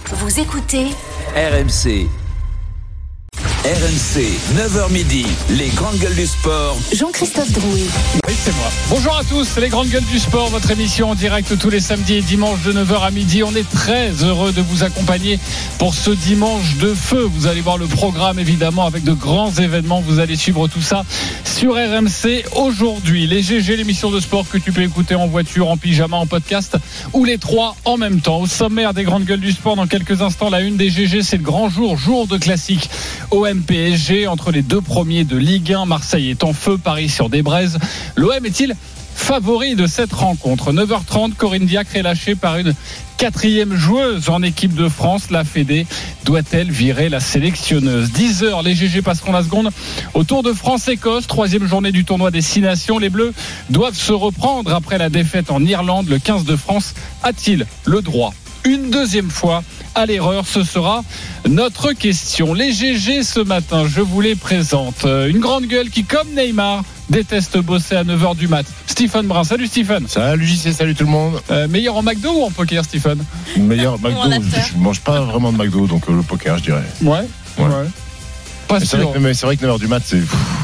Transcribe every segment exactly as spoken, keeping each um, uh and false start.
Vous écoutez R M C. R M C, neuf heures midi, les grandes gueules du sport. Jean-Christophe Drouet. Oui, c'est moi. Bonjour à tous, les grandes gueules du sport, votre émission en direct tous les samedis et dimanches de neuf heures à midi. On est très heureux de vous accompagner pour ce dimanche de feu. Vous allez voir le programme évidemment avec de grands événements. Vous allez suivre tout ça sur R M C aujourd'hui. Les G G, l'émission de sport que tu peux écouter en voiture, en pyjama, en podcast ou les trois en même temps. Au sommaire des grandes gueules du sport, dans quelques instants, la une des G G, c'est le grand jour, jour de classique. O M P S G entre les deux premiers de Ligue un. Marseille est en feu, Paris sur des braises. L'O M est-il favori de cette rencontre? Neuf heures trente, Corinne Diacre est lâchée par une quatrième joueuse en équipe de France. La Fédé doit-elle virer la sélectionneuse? Dix heures, les G G passeront la seconde au Tour de France-Écosse, troisième journée du tournoi des Six Nations. Les Bleus doivent se reprendre après la défaite en Irlande. Le quinze de France a-t-il le droit une deuxième fois à l'erreur? Ce sera notre question. Les G G ce matin, je vous les présente. Une grande gueule qui, comme Neymar, déteste bosser à neuf heures du mat. Stephen Brun. Salut Stephen. Salut J C, salut tout le monde. Euh, meilleur en McDo ou en poker, Stephen? Meilleur McDo, je mange pas vraiment de McDo, donc euh, le poker je dirais. Ouais, ouais. ouais. Pas c'est, sûr. vrai que, mais c'est vrai que neuf heures du mat, c'est...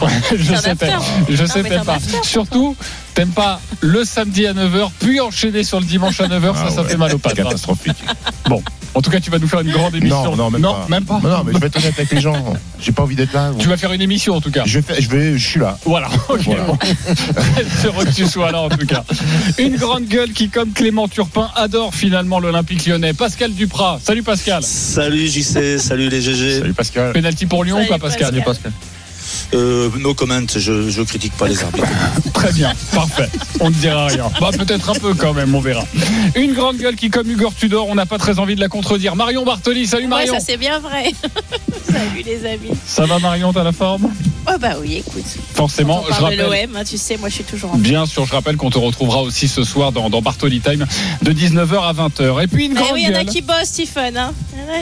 je sais pas. Je sais pas. Surtout, t'aimes pas le samedi à neuf heures, puis enchaîner sur le dimanche à neuf heures, ah ça, ouais. ça fait mal aux pattes. C'est catastrophique. Bon. En tout cas, tu vas nous faire une grande émission. Non, non, même non, pas. Même pas. Non, non, mais je vais être honnête avec les gens. J'ai pas envie d'être là. Tu vas faire une émission, en tout cas. Je vais, je vais, je suis là. Voilà. Ok. Voilà. Bon. Très heureux que tu sois là, en tout cas. Une grande gueule qui, comme Clément Turpin, adore finalement l'Olympique Lyonnais. Pascal Duprat. Salut Pascal. Salut J C. Salut les G G. Salut Pascal. Penalty pour Lyon ou pas, Pascal? Salut Pascal. Euh, no comment, je, je critique pas les arbitres. Très bien, parfait. On ne dira rien. Bah peut-être un peu quand même, on verra. Une grande gueule qui, comme Hugo Tudor, on n'a pas très envie de la contredire. Marion Bartoli, salut Marion. Ouais, ça c'est bien vrai. Salut les amis. Ça va Marion, t'as la forme? Oh bah oui, écoute. Forcément, je rappelle. De l'O M, hein, tu sais, moi je suis toujours en bien sûr, je rappelle qu'on te retrouvera aussi ce soir dans, dans Bartoli Time de dix-neuf heures à vingt heures. Et puis une grande eh oui, gueule. Il y en a qui bossent, Stephen. Hein.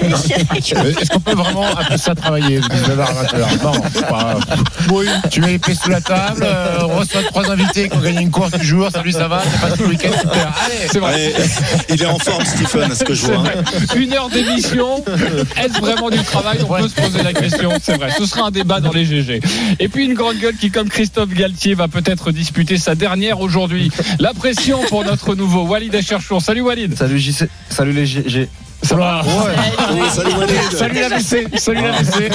Est-ce qu'on peut vraiment appeler ça travailler de dix-neuf heures à vingt heures? Non, c'est pas. Oui, tu mets les pieds sous la table, euh, on reçoit trois invités qui ont gagné une course du jour. Salut, ça va? C'est pas tout le week-end, super. Allez, c'est vrai. Allez, il est en forme, Stephen, ce que je vois. Hein. Une heure d'émission, est-ce vraiment du travail? On ouais. peut se poser la question, c'est vrai. Ce sera un débat dans les G G. Et puis une grande gueule qui, comme Christophe Galtier, va peut-être disputer sa dernière aujourd'hui. La pression pour notre nouveau Walid Acharchour. Salut Walid. Salut J C. Salut les G G. Ça va? Ouais. Oh, salut Walid. Salut la B C. Salut la B C.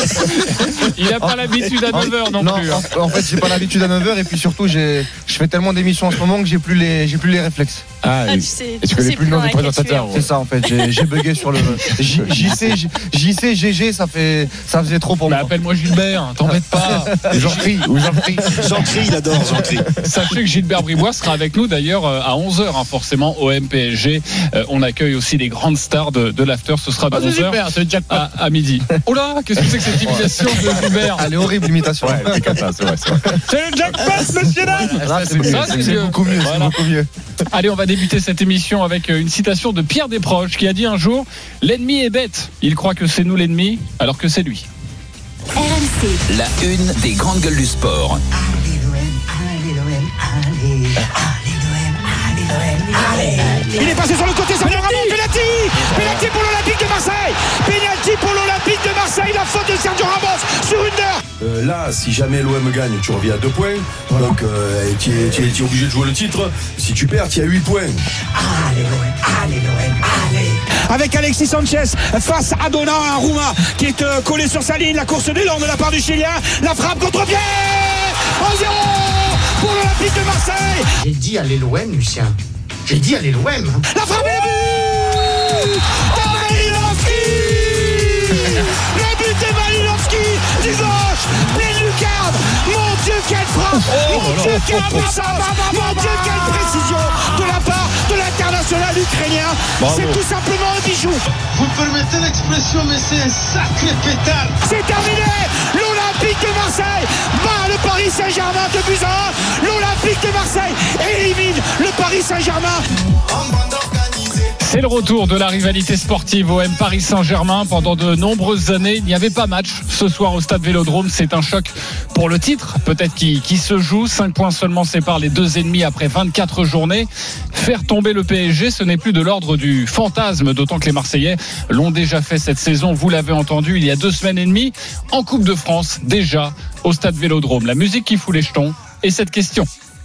Il n'a pas l'habitude à neuf heures non, non plus. En, en fait, j'ai pas l'habitude à neuf heures et puis surtout, j'ai, je fais tellement d'émissions en ce moment que j'ai plus les, j'ai plus les réflexes. Ah, ah et, tu sais, et tu connais plus le nom du présentateur. C'est ça en fait. J'ai, j'ai bugué sur le J, JC, JC, G G. Ça fait, ça faisait trop pour bah, moi. Appelle-moi Gilbert. T'embête pas. Jean-Cri ou Jean-Cri. Jean-Cri, il adore Jean-Cri. Sachez que Gilbert Bribois sera avec nous d'ailleurs à onze heures, hein, forcément, au M P S G. Euh, on accueille aussi les grandes stars de, de l'after. Ce sera de oh, onze heures super, c'est le jackpot. À, à midi. Oh là, qu'est-ce que c'est que cette imitation de Gilbert? Elle est horrible, l'imitation. Ouais, c'est comme ça, c'est vrai, c'est vrai. C'est le jackpot, monsieur dames. Ça, c'est, mieux, ça, c'est, c'est beaucoup mieux. Voilà. C'est beaucoup mieux. Allez, on va débuter cette émission avec une citation de Pierre Desproges qui a dit un jour: l'ennemi est bête. Il croit que c'est nous l'ennemi, alors que c'est lui. R M C. La une des grandes gueules du sport. Allez l'O M, allez l'O M, allez, allez l'O M, allez l'O M, allez. Il est passé sur le côté, ça vient vraiment penalty. Penalty pour l'Olympique de Marseille. Penalty pour l'Olympique de Marseille. La faute de Sergio Ramos sur une heure. Euh, là, si jamais l'O M gagne, tu reviens à deux points. Voilà. Donc, euh, tu es, tu es, tu es obligé de jouer le titre. Si tu perds, tu es à huit points. Allez l'O M, allez l'O M, allez. Avec Alexis Sanchez face à Donna, un Roumain qui est euh, collé sur sa ligne. La course d'élan de la part du Chilien. La frappe contre-pied. un zéro pour l'Olympique de Marseille. J'ai dit allez l'O M, Lucien. J'ai dit allez l'O M. La frappe et le but de Malinowski. Le but de Malinowski du gauche. Pleine lucarne. Mon Dieu, quelle frappe. Oh, Mon Dieu, quelle puissance. Mon Dieu, quelle précision de la part de l'international ukrainien. Bravo. C'est tout simplement un bijou. Vous permettez l'expression, mais c'est un sacré pétard. C'est terminé. L'Olympique de Marseille bat le Paris Saint-Germain de but à un. L'Olympique de Marseille élimine le Paris Saint-Germain. C'est le retour de la rivalité sportive O M Paris Saint-Germain. Pendant de nombreuses années, il n'y avait pas match. Ce soir au stade Vélodrome, c'est un choc pour le titre, peut-être qui, qui se joue. cinq points seulement séparent les deux ennemis après vingt-quatre journées. Faire tomber le P S G, ce n'est plus de l'ordre du fantasme, d'autant que les Marseillais l'ont déjà fait cette saison. Vous l'avez entendu, il y a deux semaines et demie, en Coupe de France, déjà au stade Vélodrome. La musique qui fout les jetons et cette question.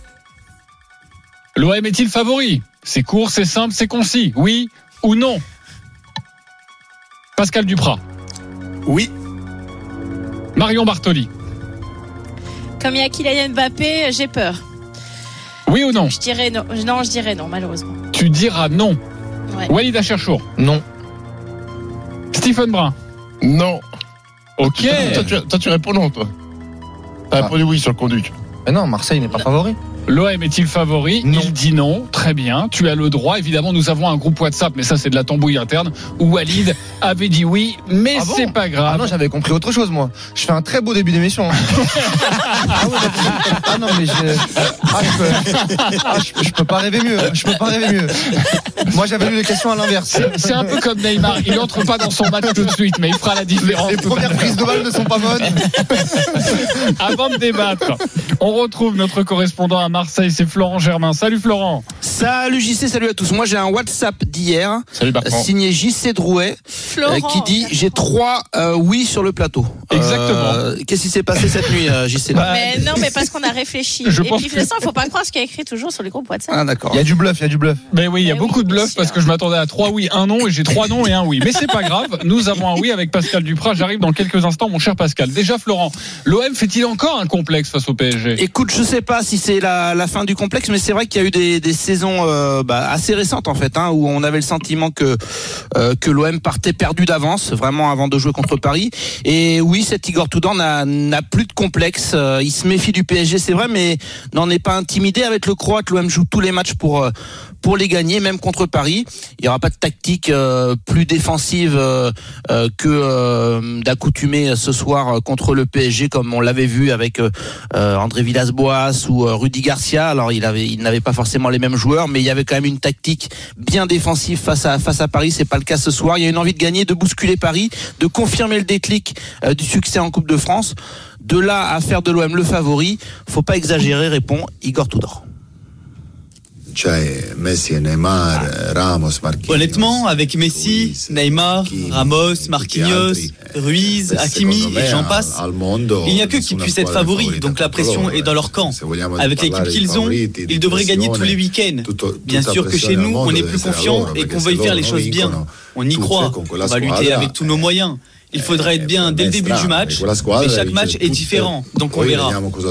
L'O M est-il favori ? C'est court, c'est simple, c'est concis. Oui ou non ? Pascal Duprat. Oui. Marion Bartoli. Comme il y a Kylian Mbappé, j'ai peur. Oui ou non ? Je dirais non. Non, je dirais non, malheureusement. Tu diras non. Ouais. Walid Acharchour. Non. Stephen Brun. Non. Ok. Toi, tu, toi, tu réponds non, toi. T'as Ah. répondu oui sur le conduit. Mais non, Marseille n'est pas favori. L'O M est-il favori ? Non. Il dit non. Très bien. Tu as le droit. Évidemment, nous avons un groupe WhatsApp, mais ça, c'est de la tambouille interne, où Walid avait dit oui, mais Ah bon c'est pas grave. Ah non, j'avais compris autre chose, moi. Je fais un très beau début d'émission. ah, ouais, ah non, mais je... Ah, je, peux... Ah, je, je peux pas rêver mieux. Je peux pas rêver mieux. Moi, j'avais lu les questions à l'inverse. C'est, c'est un peu comme Neymar. Il entre pas dans son match tout de suite, mais il fera la différence. Les premières prises de balles ne sont pas bonnes. Avant de débattre, on retrouve notre correspondant à Marseille, c'est Florent Germain. Salut Florent. Salut J C, salut à tous. Moi j'ai un WhatsApp d'hier, Salut Bertrand. signé J C Drouet, euh, qui dit j'ai trois euh, oui sur le plateau. Exactement. Euh, qu'est-ce qui s'est passé cette nuit, euh, J C là Mais non, mais parce qu'on a réfléchi. Je Et pense puis, que- de toute façon, il faut pas croire ce qu'il y a écrit toujours sur les groupes WhatsApp. Ah d'accord. Il y a du bluff, il y a du bluff. Mais oui, il y a Mais beaucoup oui, de bien bluffs sûr. parce que je m'attendais à trois oui, un non, et j'ai trois non et un oui. Mais c'est pas grave, nous avons un oui avec Pascal Duprat. J'arrive dans quelques instants, mon cher Pascal. Déjà Florent, l'O M fait-il encore un complexe face au P S G ? Écoute, je sais pas si c'est la, la fin du complexe, mais c'est vrai qu'il y a eu des, des saisons euh, bah, assez récentes en fait, hein, où on avait le sentiment que euh, que l'O M partait perdu d'avance, vraiment avant de jouer contre Paris. Et oui, cet Igor Tudor n'a, n'a plus de complexe. Euh, il se méfie du P S G, c'est vrai, mais n'en est pas intimidé. Avec le Croate, l'O M joue tous les matchs pour euh, pour les gagner, même contre Paris. Il y aura pas de tactique euh, plus défensive euh, euh, que euh, d'accoutumée ce soir contre le P S G, comme on l'avait vu avec euh, euh, André Villas-Boas ou euh, Rudy Garcia. Alors il avait, il n'avait pas forcément les mêmes joueurs, mais il y avait quand même une tactique bien défensive face à face à Paris. C'est pas le cas ce soir. Il y a une envie de gagner, de bousculer Paris, de confirmer le déclic euh, du succès en Coupe de France. De là à faire de l'O M le favori, faut pas exagérer, répond Igor Tudor. Messi et Neymar, Ramos, Marquinhos. Honnêtement, avec Messi, Neymar, Ramos, Marquinhos, Ruiz, Hakimi et j'en passe, il n'y a que qui puissent être favoris, donc la pression est dans leur camp. Avec l'équipe qu'ils ont, ils devraient gagner tous les week-ends. Bien sûr que chez nous, on est plus confiants et qu'on veuille faire les choses bien. On y croit, on va lutter avec tous nos moyens. Il faudra être bien dès le début du match, mais chaque match est différent, donc on verra.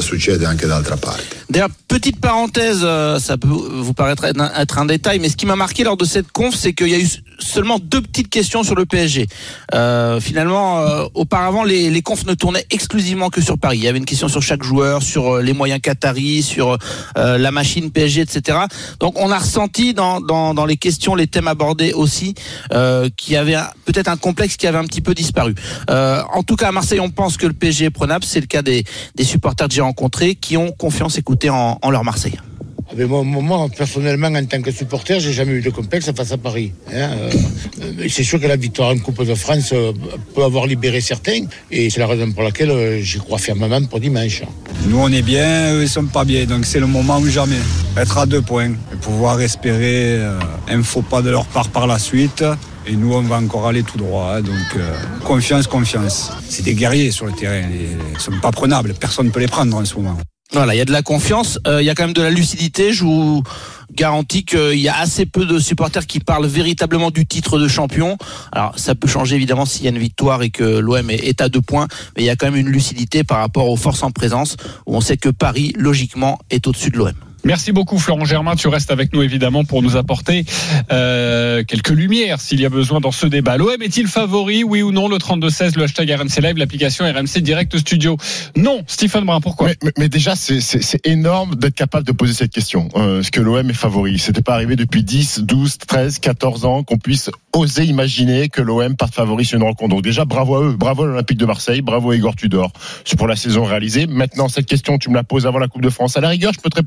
D'ailleurs, petite parenthèse, euh, ça peut vous paraître être un, être un détail, mais ce qui m'a marqué lors de cette conf, c'est qu'il y a eu seulement deux petites questions sur le P S G. Euh, finalement, euh, auparavant, les, les confs ne tournaient exclusivement que sur Paris. Il y avait une question sur chaque joueur, sur euh, les moyens qataris, sur euh, la machine P S G, et cetera. Donc, on a ressenti dans, dans, dans les questions, les thèmes abordés aussi, euh, qu'il y avait un, peut-être un complexe qui avait un petit peu disparu. Euh, en tout cas, à Marseille, on pense que le P S G est prenable. C'est le cas des, des supporters que j'ai rencontrés qui ont confiance, écoutez, en, en leur Marseille. Mais moi, moi, personnellement, en tant que supporter, j'ai jamais eu de complexe face à Paris. Hein. Euh, c'est sûr que la victoire en Coupe de France euh, peut avoir libéré certains, et c'est la raison pour laquelle euh, j'y crois fermement pour dimanche. Nous, on est bien, eux, ils sont pas bien, donc c'est le moment ou jamais. Être à deux points et pouvoir espérer euh, un faux pas de leur part par la suite. Et nous, on va encore aller tout droit. Hein, donc, euh, confiance, confiance. C'est des guerriers sur le terrain. Ils ne sont pas prenables. Personne ne peut les prendre en ce moment. Voilà, il y a de la confiance, euh, il y a quand même de la lucidité. Je vous garantis qu'il y a assez peu de supporters qui parlent véritablement du titre de champion. Alors, ça peut changer évidemment s'il y a une victoire et que l'O M est à deux points, mais il y a quand même une lucidité par rapport aux forces en présence, où on sait que Paris, logiquement, est au-dessus de l'O M. Merci beaucoup Florent Germain, tu restes avec nous évidemment pour nous apporter euh, quelques lumières s'il y a besoin dans ce débat. L'O M est-il favori, oui ou non? Le trente-deux seize, le hashtag R M C Live, l'application R M C Direct Studio. Non, Stephen Brun, pourquoi? mais, mais, mais déjà, c'est, c'est, c'est énorme d'être capable de poser cette question. Euh, est-ce que l'O M est favori? C'était pas arrivé depuis dix, douze, treize, quatorze ans qu'on puisse oser imaginer que l'O M parte favori sur une rencontre. Donc déjà, bravo à eux, bravo à l'Olympique de Marseille, bravo à Igor Tudor. C'est pour la saison réalisée. Maintenant, cette question, tu me la poses avant la Coupe de France. À la rigueur, je peux te répondre oui.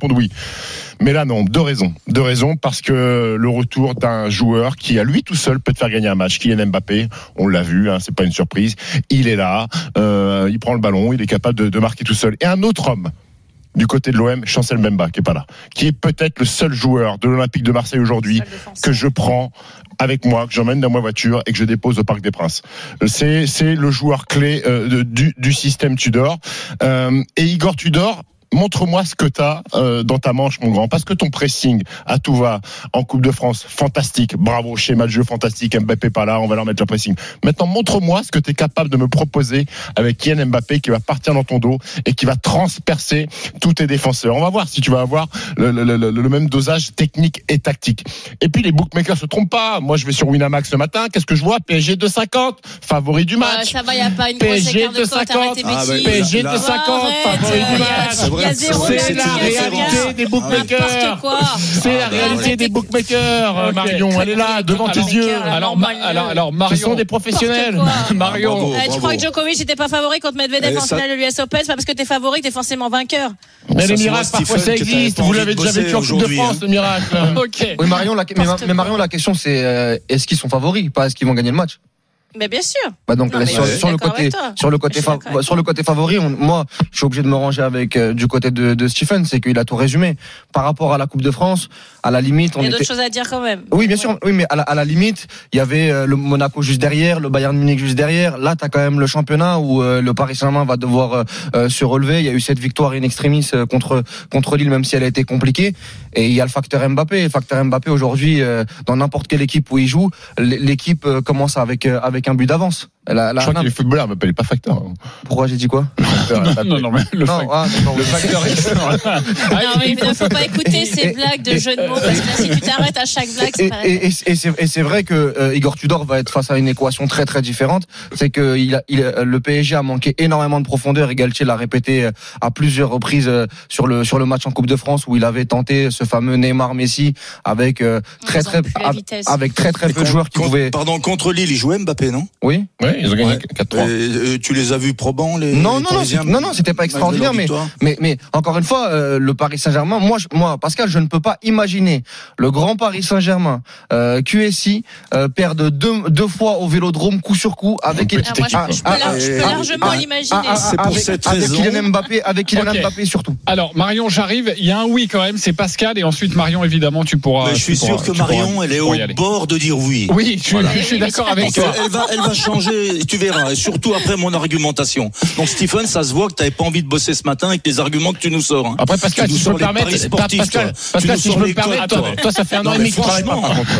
Mais là, non, deux raisons. Deux raisons, parce que le retour d'un joueur qui, à lui tout seul, peut te faire gagner un match. Kylian Mbappé, on l'a vu, hein, c'est pas une surprise. Il est là, euh, il prend le ballon, il est capable de, de marquer tout seul. Et un autre homme, du côté de l'O M, Chancel Mbemba, qui est pas là, qui est peut-être le seul joueur de l'Olympique de Marseille aujourd'hui que je prends avec moi, que j'emmène dans ma voiture et que je dépose au Parc des Princes. C'est, c'est le joueur clé euh, de, du, du système Tudor. Euh, et Igor Tudor, montre-moi ce que tu as euh, dans ta manche, mon grand. Parce que ton pressing à tout va en Coupe de France, fantastique. Bravo, schéma de jeu fantastique. Mbappé pas là, on va leur mettre le pressing. Maintenant, montre-moi ce que tu es capable de me proposer avec Kylian Mbappé qui va partir dans ton dos et qui va transpercer tous tes défenseurs. On va voir si tu vas avoir le, le, le, le même dosage technique et tactique. Et puis, les bookmakers se trompent pas. Moi, je vais sur Winamax ce matin. Qu'est-ce que je vois? P S G deux cinquante, favori du match. Ouais, ça va, il n'y a pas une grosse écart de cote, arrête tes bêtises. P S G deux cinquante, favori du match. Il y a zéro, c'est la réalité des bookmakers. C'est la réalité des bookmakers, Marion. Elle est là, devant tes yeux. Alors, alors, alors, Marion. Ce sont des professionnels. Marion. Tu crois que Djokovic n'était pas favori contre Medvedev en finale de l'U S Open? C'est pas parce que t'es favori que t'es forcément vainqueur. Mais les miracles, parfois, ça existe. Vous l'avez déjà vécu en Coupe de France, le miracle. Ok. Oui, Marion, la, mais, mais Marion, la question, c'est euh, est-ce qu'ils sont favoris, pas est-ce qu'ils vont gagner le match? Mais bien sûr. Bah donc non, sur, sur le côté sur le côté fa- sur le côté favori, on, moi je suis obligé de me ranger avec euh, du côté de, de Stephen, c'est qu'il a tout résumé par rapport à la Coupe de France. À la limite, on il y a était... d'autres choses à dire quand même. Oui, bien sûr. Oui, mais à la, à la limite, il y avait euh, le Monaco juste derrière, le Bayern Munich juste derrière. Là, t'as quand même le championnat où euh, le Paris Saint-Germain va devoir euh, euh, se relever. Il y a eu cette victoire in extremis euh, contre contre Lille, même si elle a été compliquée. Et il y a le facteur Mbappé. Le facteur Mbappé aujourd'hui, euh, dans n'importe quelle équipe où il joue, l'équipe euh, commence avec euh, avec un but d'avance. La, la, je crois qu'il est footballeur, mais il n'est pas facteur. Pourquoi j'ai dit quoi? Non, non, non, mais le, non, fac... ah, le facteur est... Non, mais il ne faut pas écouter ces blagues de jeux de mots, parce que là, si tu t'arrêtes à chaque blague, c'est pareil. Et, et, et, c'est, et c'est vrai que euh, Igor Tudor va être face à une équation très très différente. C'est que il a, il, le P S G a manqué énormément de profondeur, et Galtier l'a répété à plusieurs reprises euh, sur le sur le match en Coupe de France où il avait tenté ce fameux Neymar-Messi avec euh, très très avec très très peu de joueurs qui pouvaient. Pardon, contre Lille, il jouait Mbappé, non? Oui. Oui, ils ont gagné ouais. quatre trois. Et, et tu les as vus probants, les Non, les non, non, c'est, non, non, c'était pas extraordinaire, mais, mais, mais encore une fois, euh, le Paris Saint-Germain, moi, je, moi, Pascal, je ne peux pas imaginer le grand Paris Saint-Germain, euh, Q S I, euh, perdre deux, deux fois au Vélodrome, coup sur coup, avec une petite équipe. Ah, je peux, ah, je peux largement ah, l'imaginer. Ah, c'est pour avec, cette avec raison. Kylian Mbappé, avec Kylian okay. Mbappé surtout. Alors, Marion, j'arrive. Il y a un oui quand même, c'est Pascal, et ensuite Marion, évidemment, tu pourras. Mais je suis sûr pourras, que Marion, pourras, elle est au bord de dire oui. Oui, je, voilà. je, je suis d'accord avec toi. Elle va, elle va changer, tu verras, et surtout après mon argumentation. Donc Stephen, ça se voit que tu n'avais pas envie de bosser ce matin avec les arguments que tu nous sors. Hein. Après Pascal, si je peux me permettre, sportifs, Pascal, Pascal si je peux me permettre, toi, toi ça fait un an et demi que tu travailles pas.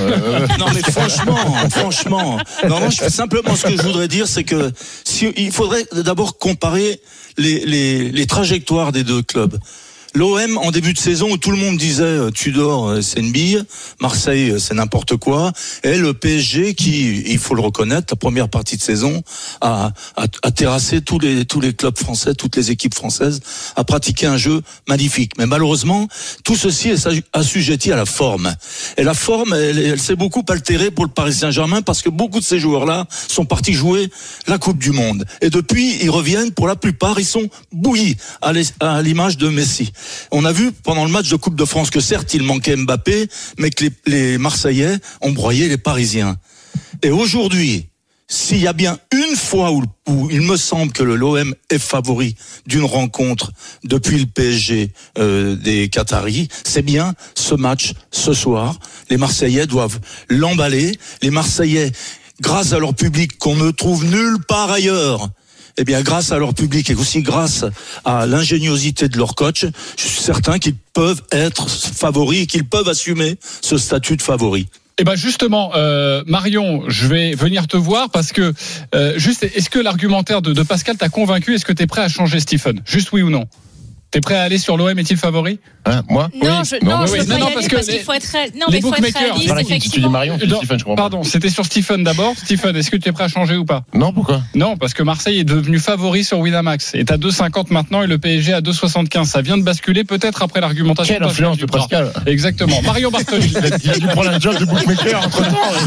Non mais franchement, franchement, non, non, je fais simplement ce que je voudrais dire, c'est que si, il faudrait d'abord comparer les, les, les trajectoires des deux clubs. L'O M en début de saison où tout le monde disait Tudor c'est une bille, Marseille c'est n'importe quoi, et le P S G qui, il faut le reconnaître, la première partie de saison a, a, a terrassé tous les tous les clubs français, toutes les équipes françaises, a pratiqué un jeu magnifique. Mais malheureusement, tout ceci est assujetti à la forme. Et la forme, elle, elle s'est beaucoup altérée pour le Paris Saint-Germain parce que beaucoup de ces joueurs-là sont partis jouer la Coupe du Monde. Et depuis, ils reviennent, pour la plupart, ils sont bouillis à, à l'image de Messi. On a vu pendant le match de Coupe de France que certes il manquait Mbappé, mais que les, les Marseillais ont broyé les Parisiens. Et aujourd'hui, s'il y a bien une fois où, où il me semble que le l'O M est favori d'une rencontre depuis le P S G euh, des Qataris, c'est bien ce match ce soir. Les Marseillais doivent l'emballer. Les Marseillais, grâce à leur public qu'on ne trouve nulle part ailleurs, eh bien, grâce à leur public et aussi grâce à l'ingéniosité de leur coach, je suis certain qu'ils peuvent être favoris et qu'ils peuvent assumer ce statut de favori. Eh ben justement, euh, Marion, je vais venir te voir parce que euh, juste, est-ce que l'argumentaire de, de Pascal t'a convaincu? Est-ce que tu es prêt à changer Stephen? Juste oui ou non? T'es prêt à aller sur l'O M, est-il favori? Hein, moi? Non, oui. je, non, non, je oui, veux pas non, y non, aller parce parce, que qu'il faut être réaliste. Non, les mais il faut être bookmakers, réaliste, voilà, effectivement. tu dis Marion, non, Stephen, je comprends pardon, c'était sur Stephen d'abord. Stephen, est-ce que tu es prêt à changer ou pas? Non, pourquoi? Non, parce que Marseille est devenu favori sur Winamax. Est à deux cinquante maintenant et le P S G à deux soixante-quinze. Ça vient de basculer peut-être après l'argumentation. Quelle influence de Pascal. Exactement. Marion Bartoli. Il a dû prendre un job de bookmaker entre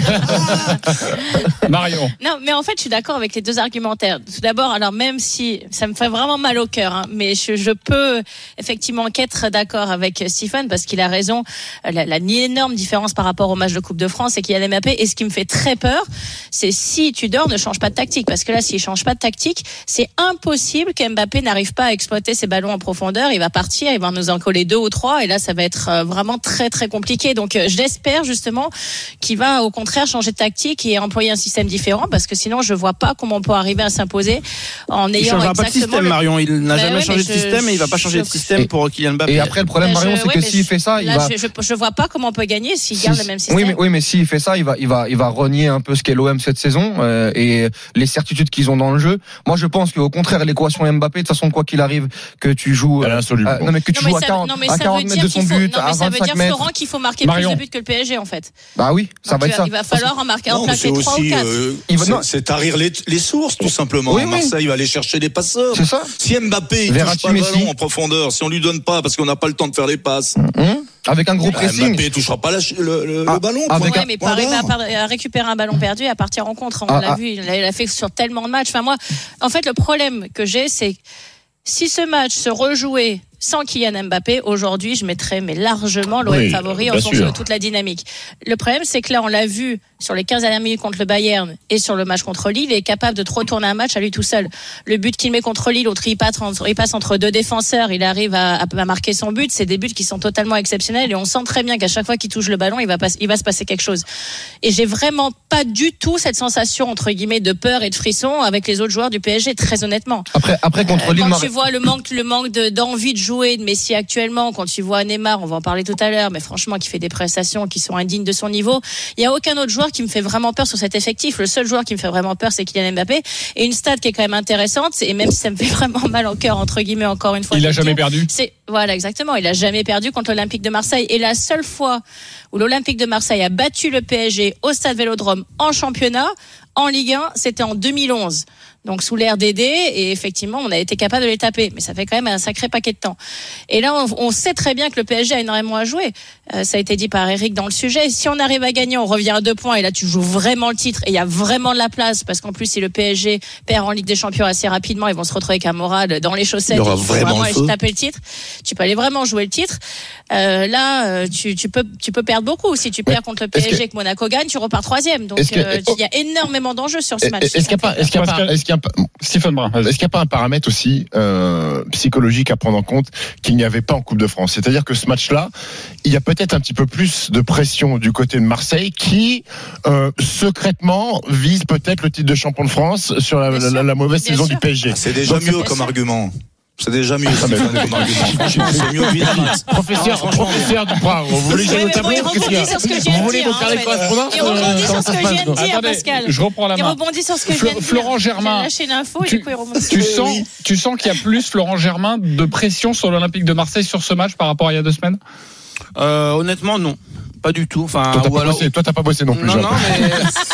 temps. Marion. Non, mais en fait, je suis d'accord avec les deux argumentaires. Tout d'abord, alors même si ça me fait vraiment mal au cœur, hein, mais je, je peux peux effectivement qu'être d'accord avec Stephen parce qu'il a raison. La, la énorme différence par rapport au match de Coupe de France, c'est qu'il y a Mbappé. Et ce qui me fait très peur, c'est si Tudor ne change pas de tactique, parce que là, s'il change pas de tactique, c'est impossible qu'Mbappé n'arrive pas à exploiter ses ballons en profondeur. Il va partir, il va nous en coller deux ou trois, et là, ça va être vraiment très très compliqué. Donc, j'espère justement qu'il va au contraire changer de tactique et employer un système différent, parce que sinon, je vois pas comment on peut arriver à s'imposer en ayant il changera exactement pas de système, le... Marion. Il n'a bah jamais ouais, changé de je, système et il va pas changer je, de système je, pour Kylian Mbappé. Et après, le problème, Marion, c'est ouais, que s'il fait ça, il là, va. Je, je, je vois pas comment on peut gagner s'il si, garde le même système. Oui, mais, oui, mais s'il fait ça, il va, il va, il va renier un peu ce qu'est l'O M cette saison euh, et les certitudes qu'ils ont dans le jeu. Moi, je pense qu'au contraire, l'équation Mbappé, de toute façon, quoi qu'il arrive, que tu joues, euh, euh, non mais que tu non, joues mais à quarante, à quarante mètres de son faut, but, non, à ça veut vingt-cinq dire, mètres. Florent, qu'il faut marquer Marion. plus de buts que le P S G en fait. Bah oui, ça Donc, va être ça. Il va falloir en marquer, en non, plaquer trois ou quatre. Euh, il va, c'est, c'est tarir les, les sources tout simplement. Oui, oui. Marseille va aller chercher des passeurs. C'est ça. Si Mbappé il touche pas le ballon en profondeur, si on lui donne pas parce qu'on n'a pas le temps de faire les passes. Mmh. Avec un gros bah, pressing. Mbappé touchera pas la, le, le, ah, le ballon. Ouais, un, mais pas arriver à, à récupérer un ballon perdu et à partir en contre. On ah, l'a ah. vu, il a, il a fait sur tellement de matchs. Enfin moi, en fait, le problème que j'ai, c'est si ce match se rejouait sans Kylian Mbappé, aujourd'hui, je mettrais mais largement l'O M oui, favori en fonction sûr. de toute la dynamique. Le problème, c'est que là, on l'a vu sur les quinze dernières minutes contre le Bayern et sur le match contre Lille, il est capable de retourner un match à lui tout seul. Le but qu'il met contre Lille, l'autre, il passe entre, il passe entre deux défenseurs, il arrive à, à marquer son but. C'est des buts qui sont totalement exceptionnels et on sent très bien qu'à chaque fois qu'il touche le ballon, il va, pas, il va se passer quelque chose. Et j'ai vraiment pas du tout cette sensation, entre guillemets, de peur et de frisson avec les autres joueurs du P S G, très honnêtement. Après, après contre euh, Lille, quand Mar... tu vois le manque, le manque de, d'envie de jouer de Messi actuellement, quand tu vois Neymar, on va en parler tout à l'heure, mais franchement, qui fait des prestations qui sont indignes de son niveau. Il y a aucun autre joueur qui me fait vraiment peur sur cet effectif. Le seul joueur qui me fait vraiment peur, c'est Kylian Mbappé. Et une stat qui est quand même intéressante, et même si ça me fait vraiment mal au cœur, entre guillemets, encore une fois. Il a jamais perdu. C'est, voilà, exactement. Il a jamais perdu contre l'Olympique de Marseille. Et la seule fois où l'Olympique de Marseille a battu le P S G au Stade Vélodrome en championnat, en Ligue un, c'était en deux mille onze. Donc sous l'ère Dédé, et effectivement on a été capable de les taper, mais ça fait quand même un sacré paquet de temps. Et là on, on sait très bien que le P S G a énormément à jouer, euh, ça a été dit par Eric dans le sujet. Si on arrive à gagner, on revient à deux points et là tu joues vraiment le titre et il y a vraiment de la place, parce qu'en plus si le P S G perd en Ligue des Champions assez rapidement, ils vont se retrouver avec un moral dans les chaussettes, il, il faut vraiment, vraiment aller taper le titre. Tu peux aller vraiment jouer le titre. Euh, là euh, tu, tu peux tu peux perdre beaucoup. Si tu perds ouais. contre le P S G que... et que Monaco gagne, tu repars troisième. Donc il euh, y a énormément d'enjeux sur ce match. Est-ce qu'il y a pas, est-ce qu'il y a pas, est-ce qu'il y a pas, Stephen Brun, est-ce qu'il n'y a pas un paramètre aussi euh, psychologique à prendre en compte qu'il n'y avait pas en Coupe de France? C'est-à-dire que ce match-là, il y a peut-être un petit peu plus de pression du côté de Marseille qui, euh, secrètement, vise peut-être le titre de champion de France sur la, la, la, la mauvaise Bien saison sûr. du P S G. Ah, c'est déjà Donc, mieux comme sûr. argument. C'est déjà mieux. C'est mieux que Professeur, professeur Duprat, vous voulez jouer au tableau? Vous voulez nous faire les correspondances? Il rebondit sur ce que je viens de dire, Pascal. Je reprends la main. Il rebondit sur ce que je viens de dire. Florent Germain. Lâché l'info et du coup il rebondit. Tu sens, tu sens qu'il y a plus, Florent Germain, de pression sur l'Olympique de Marseille sur ce match par rapport à il y a deux semaines? Euh, honnêtement, non. Pas du tout. Enfin, toi, t'as pas alors... bossé. Toi, t'as pas bossé non plus. Non, non, mais...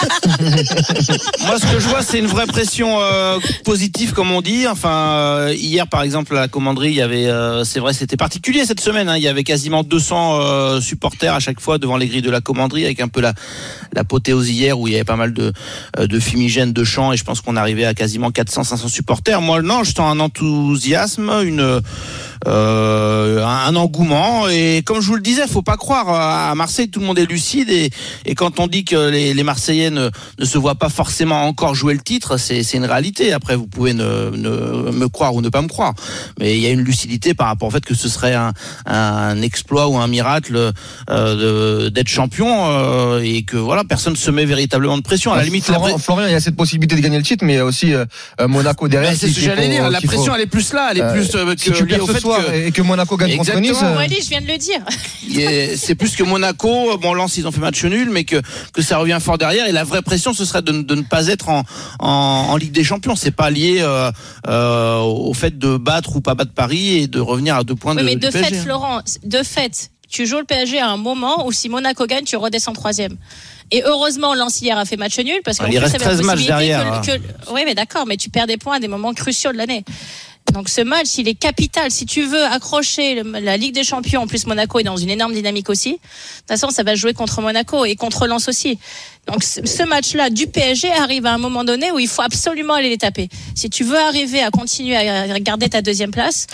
Moi, ce que je vois, c'est une vraie pression euh, positive, comme on dit. Enfin, euh, hier, par exemple, à la commanderie, il y avait, euh, c'est vrai, c'était particulier cette semaine. Hein, il y avait quasiment deux cents euh, supporters à chaque fois devant les grilles de la commanderie, avec un peu la l'apothéose hier où il y avait pas mal de de fumigènes, de chants, et je pense qu'on arrivait à quasiment quatre cents, cinq cents supporters. Moi, non, je sens un enthousiasme, une euh, un engouement, et comme je vous le disais, faut pas croire à Marseille. Tout le monde est lucide, et, et quand on dit que les, les Marseillais ne, ne se voient pas forcément encore jouer le titre, c'est, c'est une réalité. Après, vous pouvez ne, ne me croire ou ne pas me croire, mais il y a une lucidité par rapport au fait que ce serait un, un exploit ou un miracle euh, de, d'être champion, euh, et que voilà, personne ne se met véritablement de pression. À la limite, Florian, la... Florian, il y a cette possibilité de gagner le titre, mais il y a aussi euh, Monaco derrière. Ben, c'est ce que j'allais dire. La pression, faut... elle est plus là, elle est plus euh, que si tu perds au ce fait soir que... et que Monaco gagne contre Nice. Euh... Ouais, je viens de le dire. C'est plus que Monaco. Bon, Lens, ils ont fait match nul, mais que que ça revient fort derrière. Et la vraie pression, ce serait de, de ne pas être en, en, en Ligue des Champions. C'est pas lié euh, euh, au fait de battre ou pas battre Paris et de revenir à deux points oui, de. Mais de du fait, P S G. Florent, de fait, tu joues le P S G à un moment où si Monaco gagne, tu redescends troisième. Et heureusement, Lens hier a fait match nul parce qu'il ah, reste treize matchs derrière. Que, que, oui, mais d'accord, mais tu perds des points à des moments cruciaux de l'année. Donc ce match, il est capital. Si tu veux accrocher le, la Ligue des Champions, en plus Monaco est dans une énorme dynamique aussi. De toute façon, ça va jouer contre Monaco et contre Lens aussi. Donc ce match-là du P S G arrive à un moment donné où il faut absolument aller les taper. Si tu veux arriver à continuer à garder ta deuxième place,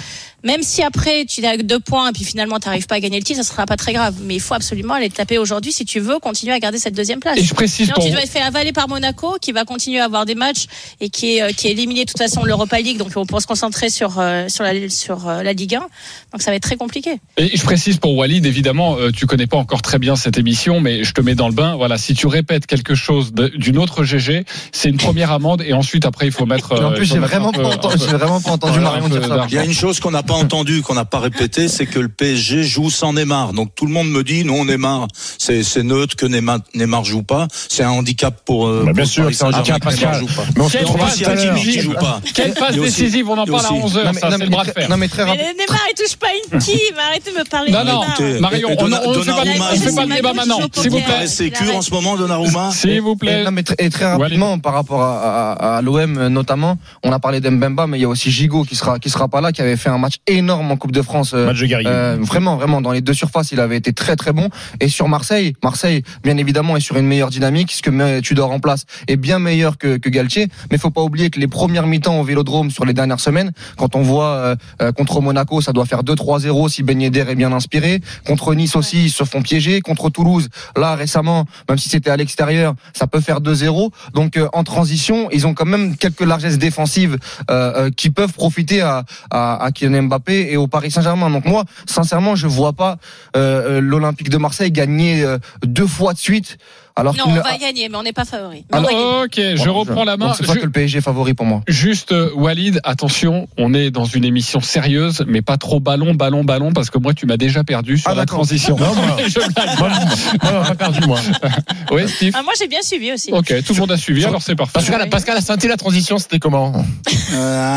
même si après tu as deux points et puis finalement tu n'arrives pas à gagner le titre, ça sera pas très grave. Mais il faut absolument aller taper aujourd'hui si tu veux continuer à garder cette deuxième place. Et je précise Sinon, pour... tu dois être fait avaler par Monaco, qui va continuer à avoir des matchs et qui est qui est éliminé de toute façon de l'Europa League. Donc on peut se concentrer sur euh, sur la sur euh, la Ligue un. Donc ça va être très compliqué. Et je précise pour Walid, évidemment, euh, tu connais pas encore très bien cette émission, mais je te mets dans le bain. Voilà, si tu répètes quelque chose de, d'une autre G G, c'est une première amende et ensuite après il faut mettre. Euh, en plus, j'ai vraiment, peu, pas entendu, j'ai vraiment pas entendu voilà, Marion dire ça. Il y a une chose qu'on n'a pas entendue, qu'on n'a pas répétée, c'est que le P S G joue sans Neymar. Donc tout le monde me dit non, Neymar, c'est, c'est neutre que Neymar, Neymar joue pas. C'est un handicap pour. Euh, bah bien pour sûr, c'est un handicap Pascal. Mais on se retrouve aussi à Kimi qui joue pas. Quelle passe décisive, on en parle à onze heures. Ça, c'est le bras de fer. Non mais très rapide. Neymar, il touche pas une qui. Arrêtez de me parler. Non non, Marion, on ne fait pas le débat maintenant, s'il vous plaît. C'est cure en ce moment, Donnarumma. S'il vous plaît. Non mais et très rapidement par rapport à l'O M notamment, on a parlé d'Mbemba, mais il y a aussi Gigot qui sera qui sera pas là, qui avait fait un match énorme en Coupe de France. Match de guerrier. Euh, vraiment, vraiment dans les deux surfaces, il avait été très très bon. Et sur Marseille, Marseille, bien évidemment, est sur une meilleure dynamique, ce que Tudor en place est bien meilleur que, que Galtier. Mais faut pas oublier que les premières mi-temps au Vélodrome sur les dernières semaines, quand on voit euh, contre Monaco, ça doit faire deux trois zéro si Ben Yedder est bien inspiré. Contre Nice aussi, ils se font piéger. Contre Toulouse, là récemment, même si c'était à l'extérieur, ça peut faire deux zéro. Donc euh, en transition, ils ont quand même quelques largesses défensives euh, euh, qui peuvent profiter à, à, à Kylian Mbappé et au Paris Saint-Germain. Donc moi, sincèrement, je vois pas euh, l'Olympique de Marseille gagner euh, deux fois de suite. Alors non, on va gagner, mais on n'est pas favori. Alors, ok, je bon, reprends je... la main. Donc c'est pas je... que le P S G est favori pour moi. Juste, Walid, attention, on est dans une émission sérieuse, mais pas trop ballon, ballon, ballon, parce que moi, tu m'as déjà perdu sur ah, la transition. Non, moi, je moi, moi, on pas perdu, moi. Oui, Steve. Ah, moi, j'ai bien suivi aussi. Ok, tout le monde a suivi, alors c'est parfait. Pascal, Pascal a senti la transition, c'était comment euh...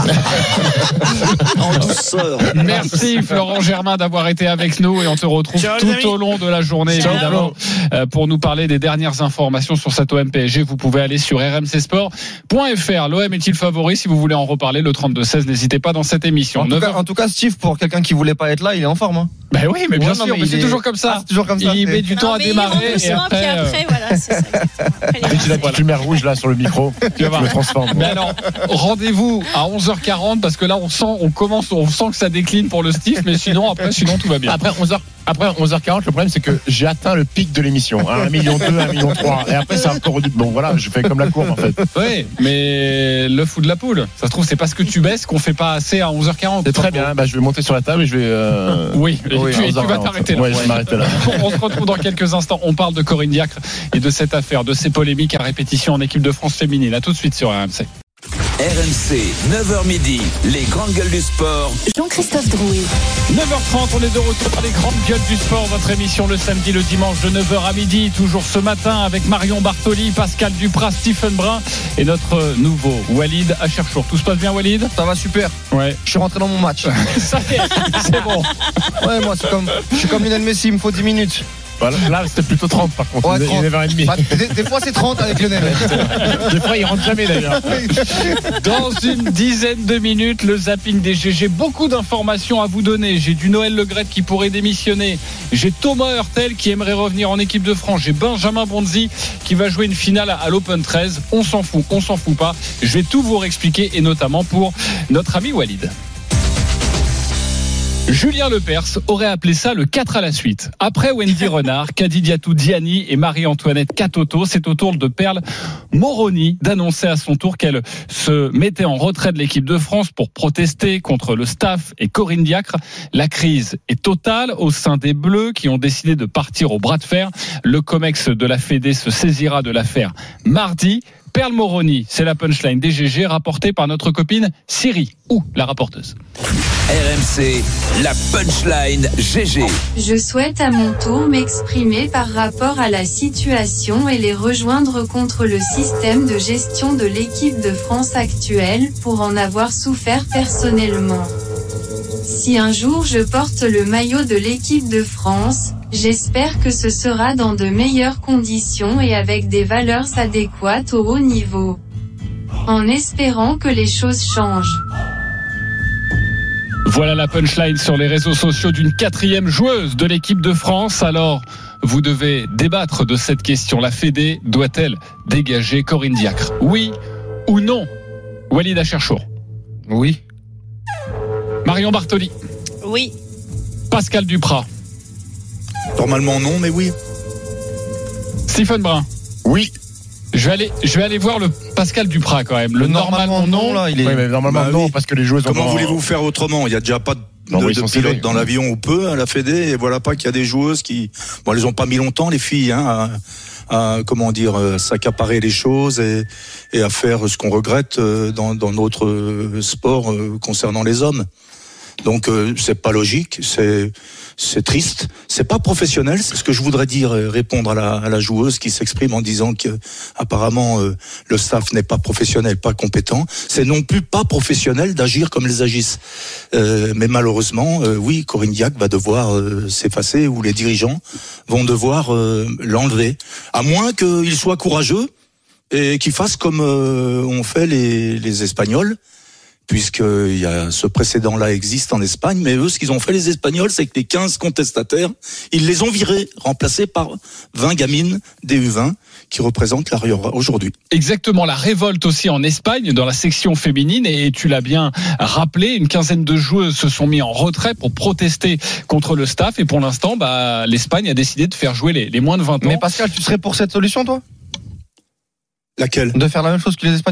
En douceur. Merci, Florent Germain, d'avoir été avec nous et on te retrouve Ciao, tout au long de la journée, Ciao. évidemment, euh, pour nous parler des dernières informations sur cet O M P S G. Vous pouvez aller sur r m c sport point f r. L'O M est-il favori? Si vous voulez en reparler, le trente-deux seize, n'hésitez pas dans cette émission. En tout, cas, en tout cas, Steve, pour quelqu'un qui voulait pas être là, il est en forme. Hein. Ben oui, mais bien ouais, sûr, non, mais, mais c'est est... toujours comme ça. Ah, c'est toujours comme ça. Il c'est... met du temps non, à démarrer et après, et après voilà, c'est ça. Dès qu'il a la lumière rouge là sur le micro, tu vas voir, le transforme. Mais alors, rendez-vous à onze heures quarante parce que là, on sent, on commence, on sent que ça décline pour le Steve, mais sinon, après, sinon tout va bien. Après onze heures. Après onze heures quarante, le problème c'est que j'ai atteint le pic de l'émission, hein, un million deux, un million trois, et après c'est encore bon voilà, je fais comme la courbe en fait. Oui, mais le fou de la poule, ça se trouve c'est parce que tu baisses qu'on fait pas assez à onze heures quarante. C'est très bien, bah, je vais monter sur la table et je vais. Euh... Oui, et oui, tu, et tu vas t'arrêter là. Ouais, je vais m'arrêter là. On se retrouve dans quelques instants. On parle de Corinne Diacre et de cette affaire, de ces polémiques à répétition en équipe de France féminine. À tout de suite sur R M C. R M C, neuf heures midi, les grandes gueules du sport. Jean-Christophe Drouet. neuf heures trente, on est de retour dans les grandes gueules du sport. Votre émission le samedi, le dimanche de neuf heures à midi. Toujours ce matin avec Marion Bartoli, Pascal Duprat, Stephen Brun et notre nouveau Walid Acharchour. Tout se passe bien, Walid? Ça va super. Ouais. Je suis rentré dans mon match. Ça y est, c'est bon. Ouais, moi, c'est comme, je suis comme Lionel Messi, il me faut dix minutes. Voilà, là, c'était plutôt trente par contre. Ouais, trente. neuf heures trente. Bah, des, des fois, c'est trente avec Lionel. Des fois, il rentre jamais d'ailleurs. Dans une dizaine de minutes, le zapping des G G. Beaucoup d'informations à vous donner. J'ai du Noël Le Graët qui pourrait démissionner. J'ai Thomas Hurtel qui aimerait revenir en équipe de France. J'ai Benjamin Bonzi qui va jouer une finale à l'Open treize. On s'en fout, on s'en fout pas. Je vais tout vous réexpliquer et notamment pour notre ami Walid. Julien Lepers aurait appelé ça le quatre à la suite. Après Wendy Renard, Kadidiatou Diani et Marie-Antoinette Katoto, c'est au tour de Perle Moroni d'annoncer à son tour qu'elle se mettait en retrait de l'équipe de France pour protester contre le staff et Corinne Diacre. La crise est totale au sein des Bleus qui ont décidé de partir au bras de fer. Le COMEX de la Fédé se saisira de l'affaire mardi. Perle Moroni, c'est la punchline des G G rapportée par notre copine Siri, ou la rapporteuse. R M C, la punchline G G. Je souhaite à mon tour m'exprimer par rapport à la situation et les rejoindre contre le système de gestion de l'équipe de France actuelle pour en avoir souffert personnellement. Si un jour je porte le maillot de l'équipe de France, j'espère que ce sera dans de meilleures conditions et avec des valeurs adéquates au haut niveau. En espérant que les choses changent. Voilà la punchline sur les réseaux sociaux d'une quatrième joueuse de l'équipe de France. Alors, vous devez débattre de cette question. La Fédé doit-elle dégager Corinne Diacre? Oui ou non? Walid Acharchour. Oui. Marion Bartoli. Oui. Pascal Duprat. Normalement non, mais oui. Stephen Brun. Oui. Je vais aller, je vais aller voir le Pascal Duprat quand même. Le, le normalement, normalement non, là, il est. Oui, mais normalement bah, non, oui. Parce que les joueurs. Comment ont... voulez-vous faire autrement ? Il y a déjà pas de, non, de, de pilote dans l'avion ou peu à la Fédé, et voilà pas qu'il y a des joueuses qui, bon, elles ont pas mis longtemps les filles, hein, à, à comment dire, s'accaparer les choses et, et à faire ce qu'on regrette dans, dans notre sport concernant les hommes. Donc euh, c'est pas logique, c'est c'est triste, c'est pas professionnel, c'est ce que je voudrais dire, répondre à la à la joueuse qui s'exprime en disant que apparemment euh, le staff n'est pas professionnel, pas compétent. C'est non plus pas professionnel d'agir comme ils agissent. Euh, mais malheureusement, euh, oui, Corinne Diacre va devoir euh, s'effacer, ou les dirigeants vont devoir euh, l'enlever, à moins qu'ils soient courageux et qu'ils fassent comme euh, ont fait les les Espagnols. Puisque il y a ce précédent-là existe en Espagne, mais eux, ce qu'ils ont fait les Espagnols, c'est que les quinze contestataires, ils les ont virés, remplacés par vingt gamines des U vingt qui représentent la Rioja aujourd'hui. Exactement, la révolte aussi en Espagne dans la section féminine, et tu l'as bien rappelé, une quinzaine de joueuses se sont mis en retrait pour protester contre le staff, et pour l'instant, bah, l'Espagne a décidé de faire jouer les, les moins de vingt ans. Mais Pascal, tu serais pour cette solution, toi ? Laquelle ? De faire la même chose que les Espagnols ?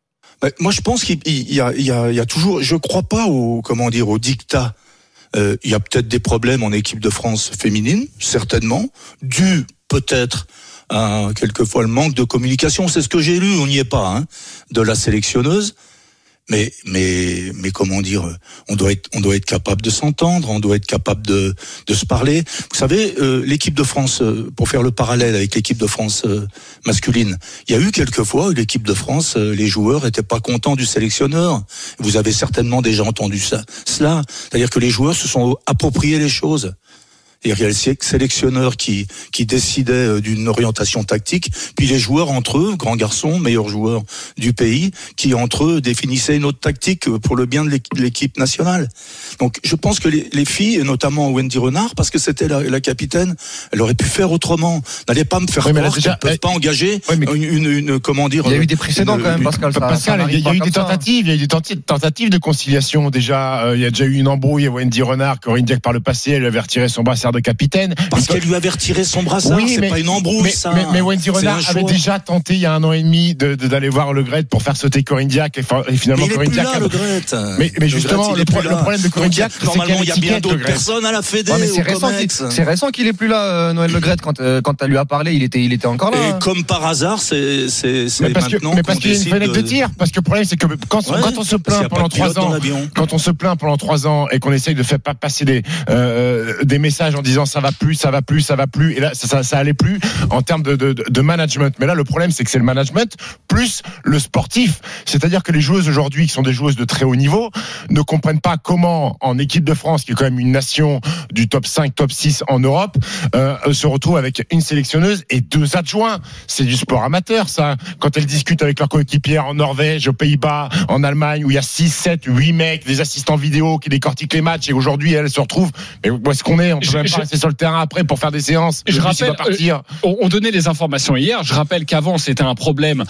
Moi, je pense qu'il y a, il y a, il y a toujours. Je crois pas au, comment dire, au dictat. Euh, il y a peut-être des problèmes en équipe de France féminine, certainement, dû peut-être à quelquefois le manque de communication. C'est ce que j'ai lu. On n'y est pas, hein, de la sélectionneuse. Mais, mais, mais comment dire, on doit être, on doit être capable de s'entendre, on doit être capable de, de se parler. Vous savez, euh, l'équipe de France, euh, pour faire le parallèle avec l'équipe de France euh, masculine, il y a eu quelques fois où l'équipe de France, euh, les joueurs étaient pas contents du sélectionneur. Vous avez certainement déjà entendu ça, cela. C'est-à-dire que les joueurs se sont appropriés les choses. Il y a le sélectionneur qui, qui décidait d'une orientation tactique, puis les joueurs entre eux, grands garçons, meilleurs joueurs du pays, qui entre eux définissaient une autre tactique pour le bien de l'équipe nationale. Donc je pense que les, les filles, et notamment Wendy Renard, parce que c'était la, la capitaine, elle aurait pu faire autrement. N'allez pas me faire oui, croire qu'elles ne peuvent pas engager oui, une, une, une, comment dire... Il y a eu des précédents une, quand même, Pascal. Ça, Pascal, ça il y a eu des tentatives, il y a eu des tentatives de conciliation déjà. Euh, il y a déjà eu une embrouille à Wendy Renard, Corinne Diacre par le passé, elle avait retiré son brassard de capitaine. Parce qu'elle lui avait retiré son brassard, oui, c'est mais, pas une embrouille, mais, ça. Mais, mais Wendy Renard avait déjà tenté il y a un an et demi de, de, d'aller voir Le Gret pour faire sauter Corinne Diacre, et, et finalement mais Corinne Diacre. Mais, mais justement, le, pro, le problème de Corinne Diacre, c'est qu'il y a bien d'autres personnes à la Fédé. Ouais, c'est, récent c'est récent qu'il est plus là, euh, Noël Le Gret. Quand, euh, quand elle lui a parlé, il était, il était encore là. Et hein. Comme par hasard, c'est, c'est, c'est mais parce maintenant. Que, mais parce qu'il y a une fenêtre de tir. Parce que le problème, c'est que quand, ouais, quand on se plaint pendant trois ans, quand on se plaint pendant trois ans et qu'on essaye de faire passer des, euh, des messages en disant ça va plus, ça va plus, ça va plus, et là ça, ça, ça allait plus en termes de, de, de management. Mais là, le problème, c'est que c'est le management plus le sportif. C'est-à-dire que les joueuses aujourd'hui, qui sont des joueuses de très haut niveau, ne comprennent pas comment, en équipe de France, qui est quand même une nation du top cinq, top six en Europe, euh, se retrouve avec une sélectionneuse et deux adjoints. C'est du sport amateur, ça. Quand elles discutent avec leurs coéquipières en Norvège, aux Pays-Bas, en Allemagne, où il y a six, sept, huit mecs, des assistants vidéo qui décortiquent les matchs, et aujourd'hui, elles se retrouvent. Mais où est-ce qu'on est? On peut je, même pas je... rester sur le terrain après pour faire des séances. Je rappelle, euh, on, on donnait les informations hier. Je rappelle qu'avant, c'était un problème,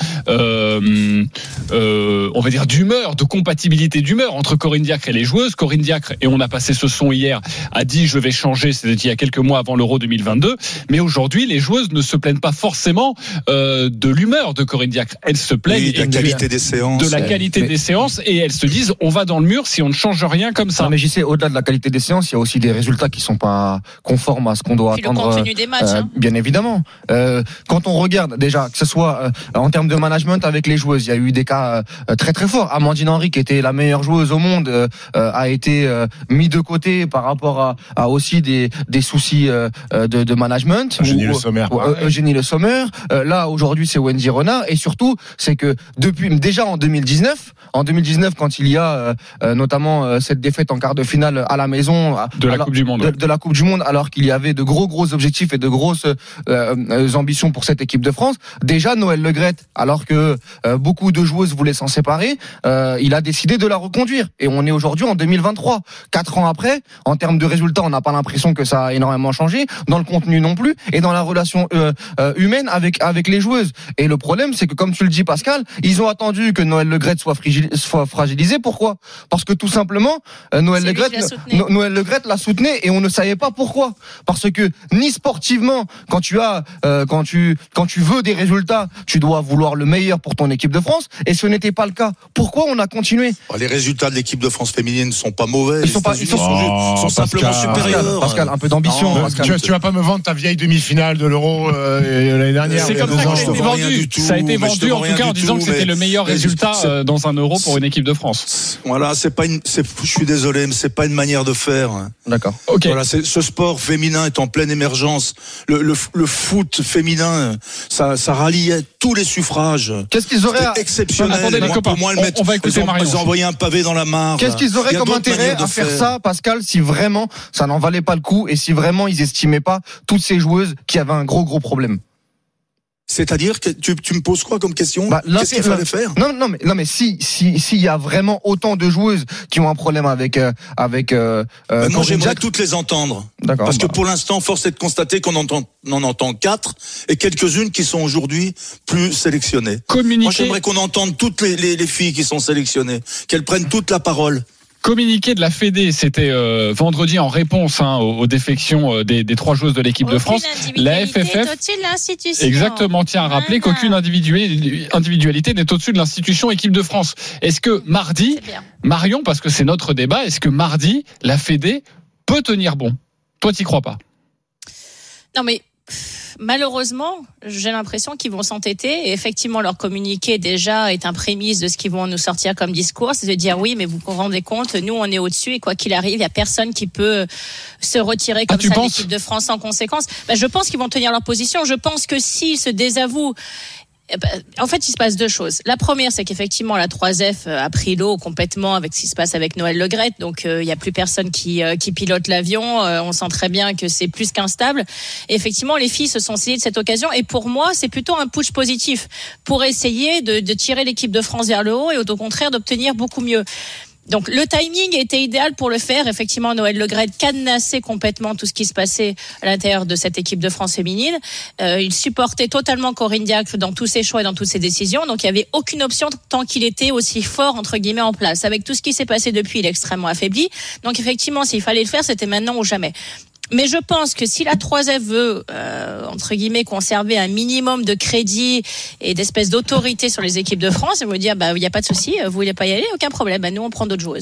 euh, euh, on va dire, d'humeur, de compatibilité d'humeur entre Corinne Diacre et les joueuses. Corinne Diacre, et on a passé ce son hier, a dit je vais changer, c'était il y a quelques mois avant l'Euro deux mille vingt-deux. Mais aujourd'hui, les joueuses ne se plaignent pas forcément euh, de l'humeur de Corinne Diacre. Elles se plaignent oui, de la qualité des séances. De la qualité mais... des séances, et elles se disent on va dans le mur si on ne change rien comme ça. Non, mais j'y sais, au-delà de la qualité des séances, il y a aussi des résultats qui sont pas conformes à ce qu'on doit Puis attendre. Le contenu des matchs, euh, hein. Bien évidemment. Euh, quand on regarde déjà, que ce soit euh, en termes de management avec les joueuses, il y a eu des cas euh, très très forts. Amandine Henry, qui était la meilleure joueuse au monde, euh, a été euh, mis de côté par rapport à, à aussi des, des soucis euh, de, de management. Eugénie Le Sommer. Euh, Eugénie Le Sommer. Euh, là aujourd'hui, c'est Wendy Renard, et surtout, c'est que depuis déjà en deux mille dix-neuf, en deux mille dix-neuf, quand il y a euh, notamment euh, cette défaite en quart de finale à la maison de la la, Coupe du Monde, de, ouais. de la Coupe du Monde. Monde alors qu'il y avait de gros gros objectifs et de grosses euh, ambitions pour cette équipe de France. Déjà Noël Le Graët, alors que euh, beaucoup de joueuses voulaient s'en séparer, euh, il a décidé de la reconduire. Et on est aujourd'hui en deux mille vingt-trois, quatre ans après. En termes de résultats, on n'a pas l'impression que ça a énormément changé. Dans le contenu non plus, et dans la relation euh, euh, humaine avec avec les joueuses. Et le problème, c'est que comme tu le dis, Pascal, ils ont attendu que Noël Le Graët soit, frigil, soit fragilisé. Pourquoi ? Parce que tout simplement, euh, Noël Le Graët, no, Noël Le Graët la soutenait et on ne savait pas pourquoi. Parce que ni sportivement, quand tu as, euh, quand tu, quand tu veux des résultats, tu dois vouloir le meilleur pour ton équipe de France. Et ce n'était pas le cas. Pourquoi on a continué ? Les résultats de l'équipe de France féminine ne sont pas mauvais. Ils sont pas, ils sont, oh, sont simplement Pascal, supérieurs. Pascal, Pascal, un peu d'ambition. Non, Pascal. Tu, tu vas pas me vendre ta vieille demi-finale de l'Euro euh, l'année dernière. C'est comme ça que ça a été vendu. Tout, ça a été vendu en tout cas en disant tout, que c'était le meilleur résultat euh, dans un Euro pour une équipe de France. Voilà, c'est pas une, c'est, je suis désolé, mais c'est pas une manière de faire. D'accord. Ok. Voilà, c'est, ce sport féminin est en pleine émergence. Le, le, le foot féminin, ça, ça ralliait tous les suffrages. Qu'est-ce qu'ils auraient à... exceptionnel. Attendez, les moi, copains, pour moi, le on, mettre, on va écouter Marion. Ils ont envoyé un pavé dans la mare. Qu'est-ce qu'ils auraient comme intérêt à faire, faire ça, Pascal, si vraiment ça n'en valait pas le coup et si vraiment ils estimaient pas toutes ces joueuses qui avaient un gros gros problème? C'est-à-dire que tu, tu me poses quoi comme question? Bah, Qu'est-ce qu'il fallait faire? Non, non, mais non, mais si, si, s'il y a vraiment autant de joueuses qui ont un problème avec, euh, avec. Euh, euh, bah moi, j'aimerais toutes les entendre. D'accord. Parce bah. que pour l'instant, force est de constater qu'on entend, on en entend quatre et quelques-unes qui sont aujourd'hui plus sélectionnées. Communiquer. Moi, j'aimerais qu'on entende toutes les, les, les filles qui sont sélectionnées, qu'elles prennent toute la parole. Communiqué de la Fédé, c'était euh, vendredi en réponse hein, aux, aux défections euh, des, des trois joueuses de l'équipe aucune de France. La F F F, au-dessus de l'institution. Exactement, tient à rappeler voilà. qu'aucune individualité n'est au-dessus de l'institution équipe de France. Est-ce que mardi, Marion, parce que c'est notre débat, est-ce que mardi, la Fédé peut tenir bon? Toi, t'y crois pas? Non mais... Malheureusement, j'ai l'impression qu'ils vont s'entêter et effectivement leur communiqué déjà est un prémisse de ce qu'ils vont nous sortir comme discours, c'est de dire oui mais vous vous rendez compte, nous on est au-dessus et quoi qu'il arrive, il y a personne qui peut se retirer comme ah, ça de l'équipe de France en conséquence. Ben, je pense qu'ils vont tenir leur position, je pense que s'ils se désavouent, en fait, il se passe deux choses. La première, c'est qu'effectivement, la trois F a pris l'eau complètement avec ce qui se passe avec Noël Le Graët. Donc, il euh, y a plus personne qui euh, qui pilote l'avion. Euh, on sent très bien que c'est plus qu'instable. Et effectivement, les filles se sont saisies de cette occasion. Et pour moi, c'est plutôt un push positif pour essayer de, de tirer l'équipe de France vers le haut et au contraire d'obtenir beaucoup mieux. Donc le timing était idéal pour le faire. Effectivement, Noël Le Graët cadenassait complètement tout ce qui se passait à l'intérieur de cette équipe de France féminine. Euh, il supportait totalement Corinne Diacre dans tous ses choix et dans toutes ses décisions. Donc il n'y avait aucune option tant qu'il était aussi fort entre guillemets en place. Avec tout ce qui s'est passé depuis, il est extrêmement affaibli. Donc effectivement, s'il fallait le faire, c'était maintenant ou jamais. Mais je pense que si la trois F veut, euh, entre guillemets, conserver un minimum de crédit et d'espèce d'autorité sur les équipes de France, ils vont dire, bah, il n'y a pas de souci, vous voulez pas y aller, aucun problème, bah, nous, on prend d'autres joueuses.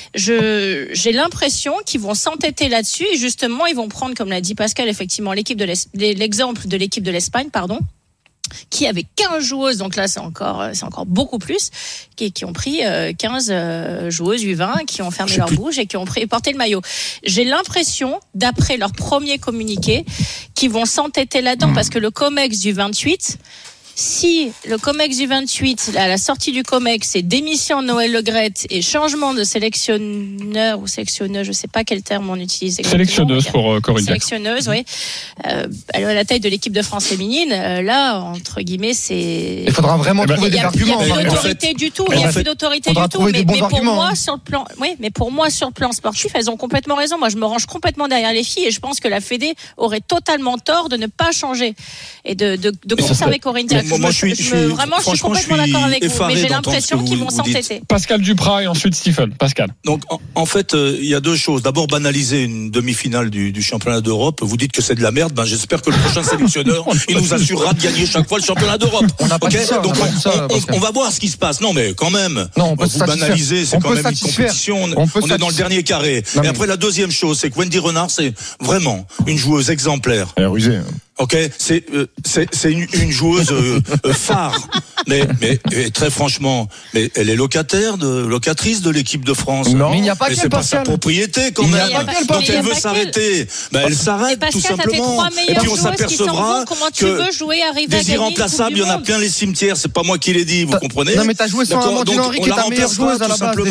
Je, j'ai l'impression qu'ils vont s'entêter là-dessus et justement, ils vont prendre, comme l'a dit Pascal, effectivement, l'équipe de l'exemple de l'équipe de l'Espagne, pardon, qui avait quinze joueuses, donc là c'est encore c'est encore beaucoup plus, qui, qui ont pris quinze joueuses U vingt, qui ont fermé leur plus. bouche et qui ont pris, porté le maillot. J'ai l'impression, d'après leur premier communiqué, qu'ils vont s'entêter là-dedans, mmh. parce que le COMEX du vingt-huit, si le COMEX du vingt-huit, à la sortie du COMEX, c'est démission de Noël Le Graët et changement de sélectionneur ou sélectionneuse, je ne sais pas quel terme on utilise exactement. Sélectionneuse pour euh, Corinne Diacre. Sélectionneuse, oui. Euh, à la tête de l'équipe de France féminine, euh, là, entre guillemets, c'est... Il faudra vraiment trouver des arguments. Il n'y a plus d'autorité du tout. Il n'y a plus d'autorité du tout. Mais, mais pour moi, sur le plan, oui, mais pour moi, sur le plan sportif, elles ont complètement raison. Moi, je me range complètement derrière les filles et je pense que la Fédé aurait totalement tort de ne pas changer et de, de, de conserver Corinne Diacre. Moi, moi, je suis, je suis, vraiment, je suis complètement je suis d'accord avec vous, mais j'ai l'impression vous, qu'ils vont vous s'entêter. Pascal Duprat et ensuite Stephen. Pascal. Donc, en, en fait, il euh, y a deux choses. D'abord, banaliser une demi-finale du, du championnat d'Europe. Vous dites que c'est de la merde. Ben, j'espère que le prochain sélectionneur, il nous assurera de gagner chaque fois le championnat d'Europe. On n'a pas okay dit ça. Donc, on, on, ça, on, on va voir ce qui se passe. Non, mais quand même. Non, on peut vous banalisez, c'est quand même une compétition. On, on est dans le dernier carré. Non, et après, la deuxième chose, c'est que Wendy Renard, c'est vraiment une joueuse exemplaire. Elle est rusée. Ok, c'est euh, c'est c'est une, une joueuse euh, euh, phare, mais mais très franchement, mais elle est locataire de locatrice de l'équipe de France. Non, mais il n'y a pas mais qu'elle, c'est pas sa propriété quand il même. Y a pas Donc elle veut s'arrêter, ben elle s'arrête tout simplement. Et puis on s'apercevra que des irremplaçables, il y en a plein les cimetières. C'est pas moi qui l'ai dit, vous comprenez? Non mais t'as joué sans Amandine Henry qui est ta meilleure joueuse à la base déjà.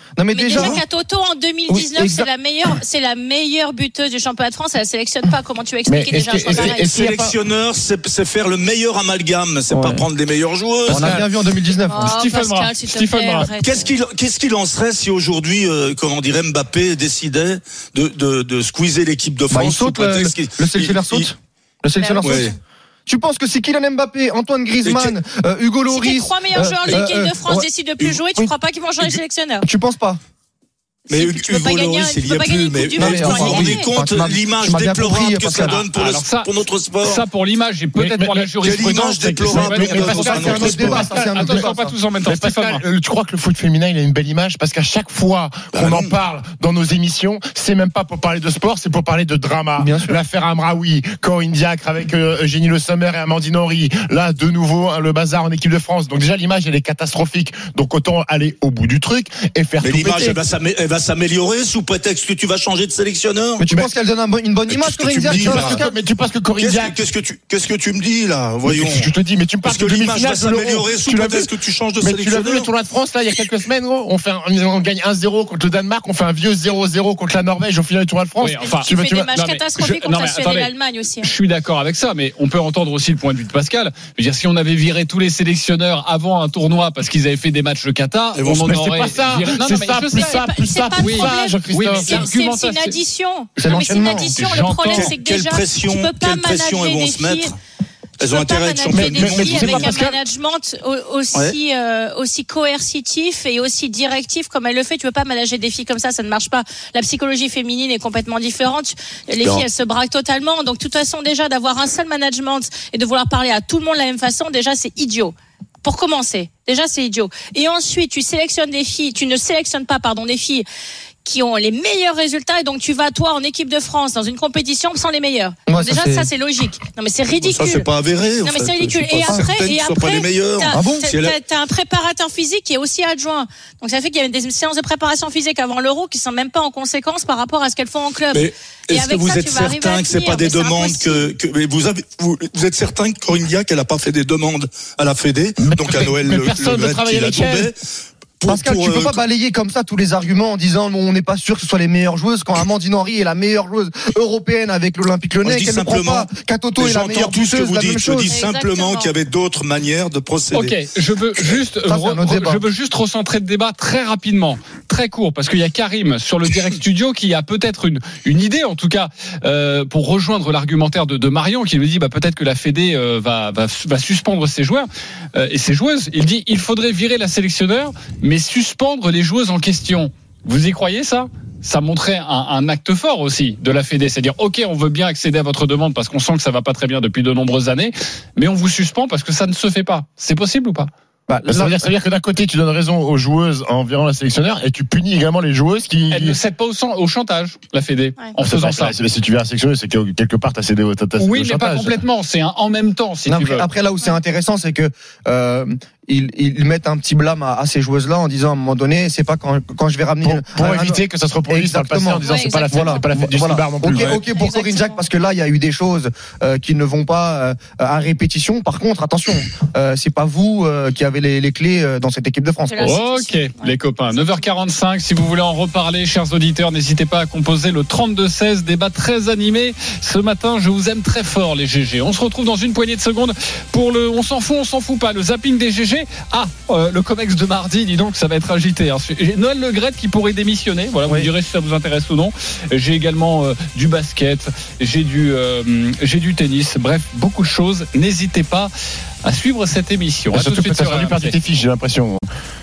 Non mais, mais déjà, déjà Katoto en deux mille dix-neuf, oui, c'est la meilleure, c'est la meilleure buteuse du championnat de France. Elle ne sélectionne pas. Comment tu vas expliquer déjà un choix pareil? Sélectionneur, c'est, c'est faire le meilleur amalgame. C'est ouais. pas prendre les meilleures joueuses. On a bien vu en deux mille dix-neuf. Oh, Stephen Brun. Qu'est-ce qu'il, qu'est-ce qu'il en serait si aujourd'hui, euh, comment dirait Mbappé décidait de de, de squeezer l'équipe de France? Bah, il saute, le, le, le sélectionneur saute. Il, le sélectionneur saute. Ouais. Tu penses que si Kylian Mbappé, Antoine Griezmann, euh, Hugo Lloris, si les trois meilleurs joueurs de l'équipe euh, de France euh, décident de plus jouer, tu ne crois pas qu'ils vont changer de sélectionneur? Tu penses pas? Mais Hugo Lloris, il y a plus. Mais vous vous rendez compte l'image déplorable que ça donne pour, le, ça, pour notre sport? Ça, pour l'image et peut-être mais, pour la jurisprudence. Quelle image déplorable. Mais Pascal, c'est un autre débat. Attention, pas tous en même temps. Tu crois que le foot féminin, il a une belle image? Parce qu'à chaque fois qu'on en parle dans nos émissions, c'est même pas pour parler de sport, c'est pour parler de drama. L'affaire Amraoui, Corinne Diacre avec Eugénie Le Sommer et Amandine Henry. Là, de nouveau, le bazar en équipe de France. Donc déjà, l'image, elle est catastrophique. Donc autant aller au bout du truc et faire tout péter. Mais l'image, elle va s'améliorer sous prétexte que tu vas changer de sélectionneur. Mais tu mais penses qu'elle donne un bon, une bonne image, Corinne Diacre? Mais tu penses que Corinne Diacre, qu'est-ce que tu qu'est-ce que tu me dis là? Voyons. Je te dis, mais tu me parles que l'image va s'améliorer sous prétexte que tu changes de sélectionneur. Mais tu l'as vu le tournoi de France là il y a quelques semaines, on fait on gagne un zéro contre le Danemark, on fait un vieux zéro zéro contre la Norvège au final du tournoi de France. Oui, enfin, tu, tu fais des matchs catastrophiques contre la Suède et l'Allemagne aussi. Je suis d'accord avec ça, mais on peut entendre aussi le point de vue de Pascal. Je veux dire, si on avait viré tous les sélectionneurs avant un tournoi parce qu'ils avaient fait des matchs de Qatar, on en aurait. C'est pas ça. C'est ça, plus ça, plus ça, plus ça, Jean-Christophe. C'est une addition. Non, mais c'est une addition. Le problème, c'est que déjà, tu ne peux pas manager des filles. Elles ont intérêt à être championnes du monde. Avec un management aussi, euh, aussi coercitif et aussi directif comme elle le fait. Tu peux pas manager des filles comme ça, ça ne marche pas. La psychologie féminine est complètement différente. Les non. filles, elles se braquent totalement. Donc, de toute façon, déjà, d'avoir un seul management et de vouloir parler à tout le monde de la même façon, déjà, c'est idiot. Pour commencer. Déjà, c'est idiot. Et ensuite, tu sélectionnes des filles, tu ne sélectionnes pas, pardon, des filles qui ont les meilleurs résultats et donc tu vas toi en équipe de France dans une compétition sans les meilleurs. Moi, déjà ça c'est... ça c'est logique. Non mais c'est ridicule. Ça c'est pas avéré. Non mais fait. c'est ridicule. Et après et après t'as, ah bon t'as, t'as, t'as un préparateur physique qui est aussi adjoint. Donc ça fait qu'il y a des séances de préparation physique avant l'Euro qui sont même pas en conséquence par rapport à ce qu'elles font en club. Mais et est-ce que vous ça, êtes certain que c'est pas des demandes que, que mais vous avez vous, vous êtes certain que Corinne Diacre elle a pas fait des demandes à la Fédé donc à Noël le Gret qui l'a tombé. Pascal, tu peux pas balayer comme ça tous les arguments en disant bon, on n'est pas sûr que ce soit les meilleures joueuses quand Amandine Henry est la meilleure joueuse européenne avec l'Olympique Lyonnais, qu'elle ne prend pas. Katoto est la meilleure buteuse, la même chose. Je dis simplement qu'il y avait d'autres manières de procéder. Ok, je veux juste, ça, re, je veux juste recentrer le débat très rapidement, très court, parce qu'il y a Karim sur le Direct Studio qui a peut-être une une idée, en tout cas, euh, pour rejoindre l'argumentaire de, de Marion, qui nous dit bah peut-être que la Fédé euh, va, va va suspendre ses joueurs euh, et ses joueuses. Il dit il faudrait virer la sélectionneur, mais suspendre les joueuses en question. Vous y croyez ça ? Ça montrait un, un acte fort aussi de la Fédé, c'est-à-dire ok, on veut bien accéder à votre demande parce qu'on sent que ça va pas très bien depuis de nombreuses années, mais on vous suspend parce que ça ne se fait pas. C'est possible ou pas ? Bah, ça, veut dire, ça veut dire que d'un côté tu donnes raison aux joueuses en virant la sélectionneur et tu punis également les joueuses qui elles ne cèdent pas au, au chantage, la Fédé, ouais. en faisant bah, ça. Là, si tu viens à la sélectionner, c'est que quelque part t'as cédé au, t'as cédé oui, au mais chantage. Pas complètement. C'est un en même temps. Si non, tu après, veux. après là où c'est intéressant, c'est que euh, ils, ils mettent un petit blâme à, à ces joueuses-là en disant à un moment donné, c'est pas quand, quand je vais ramener pour, pour un, éviter un, que ça se reproduise dans le passé en disant ouais, c'est pas la fête, voilà. c'est pas la fête du voilà. Cibar non plus. Ok, ouais. ok pour Corinne Diacre parce que là il y a eu des choses euh, qui ne vont pas euh, à répétition. Par contre, attention, euh, c'est pas vous euh, qui avez les, les clés euh, dans cette équipe de France. Ok, ouais. Les copains. neuf heures quarante-cinq, si vous voulez en reparler, chers auditeurs, n'hésitez pas à composer le trente-deux seize. Débat très animé ce matin. Je vous aime très fort, les G G. On se retrouve dans une poignée de secondes pour le. On s'en fout, on s'en fout pas. Le zapping des G G. Ah, euh, le Comex de mardi, dis donc, ça va être agité. Hein. J'ai Noël Le Gret qui pourrait démissionner. Voilà, vous oui. me direz si ça vous intéresse ou non. J'ai également euh, du basket, j'ai du, euh, j'ai du tennis. Bref, beaucoup de choses. N'hésitez pas à suivre cette émission. À surtout que ça sera perdu tes fiches, j'ai l'impression.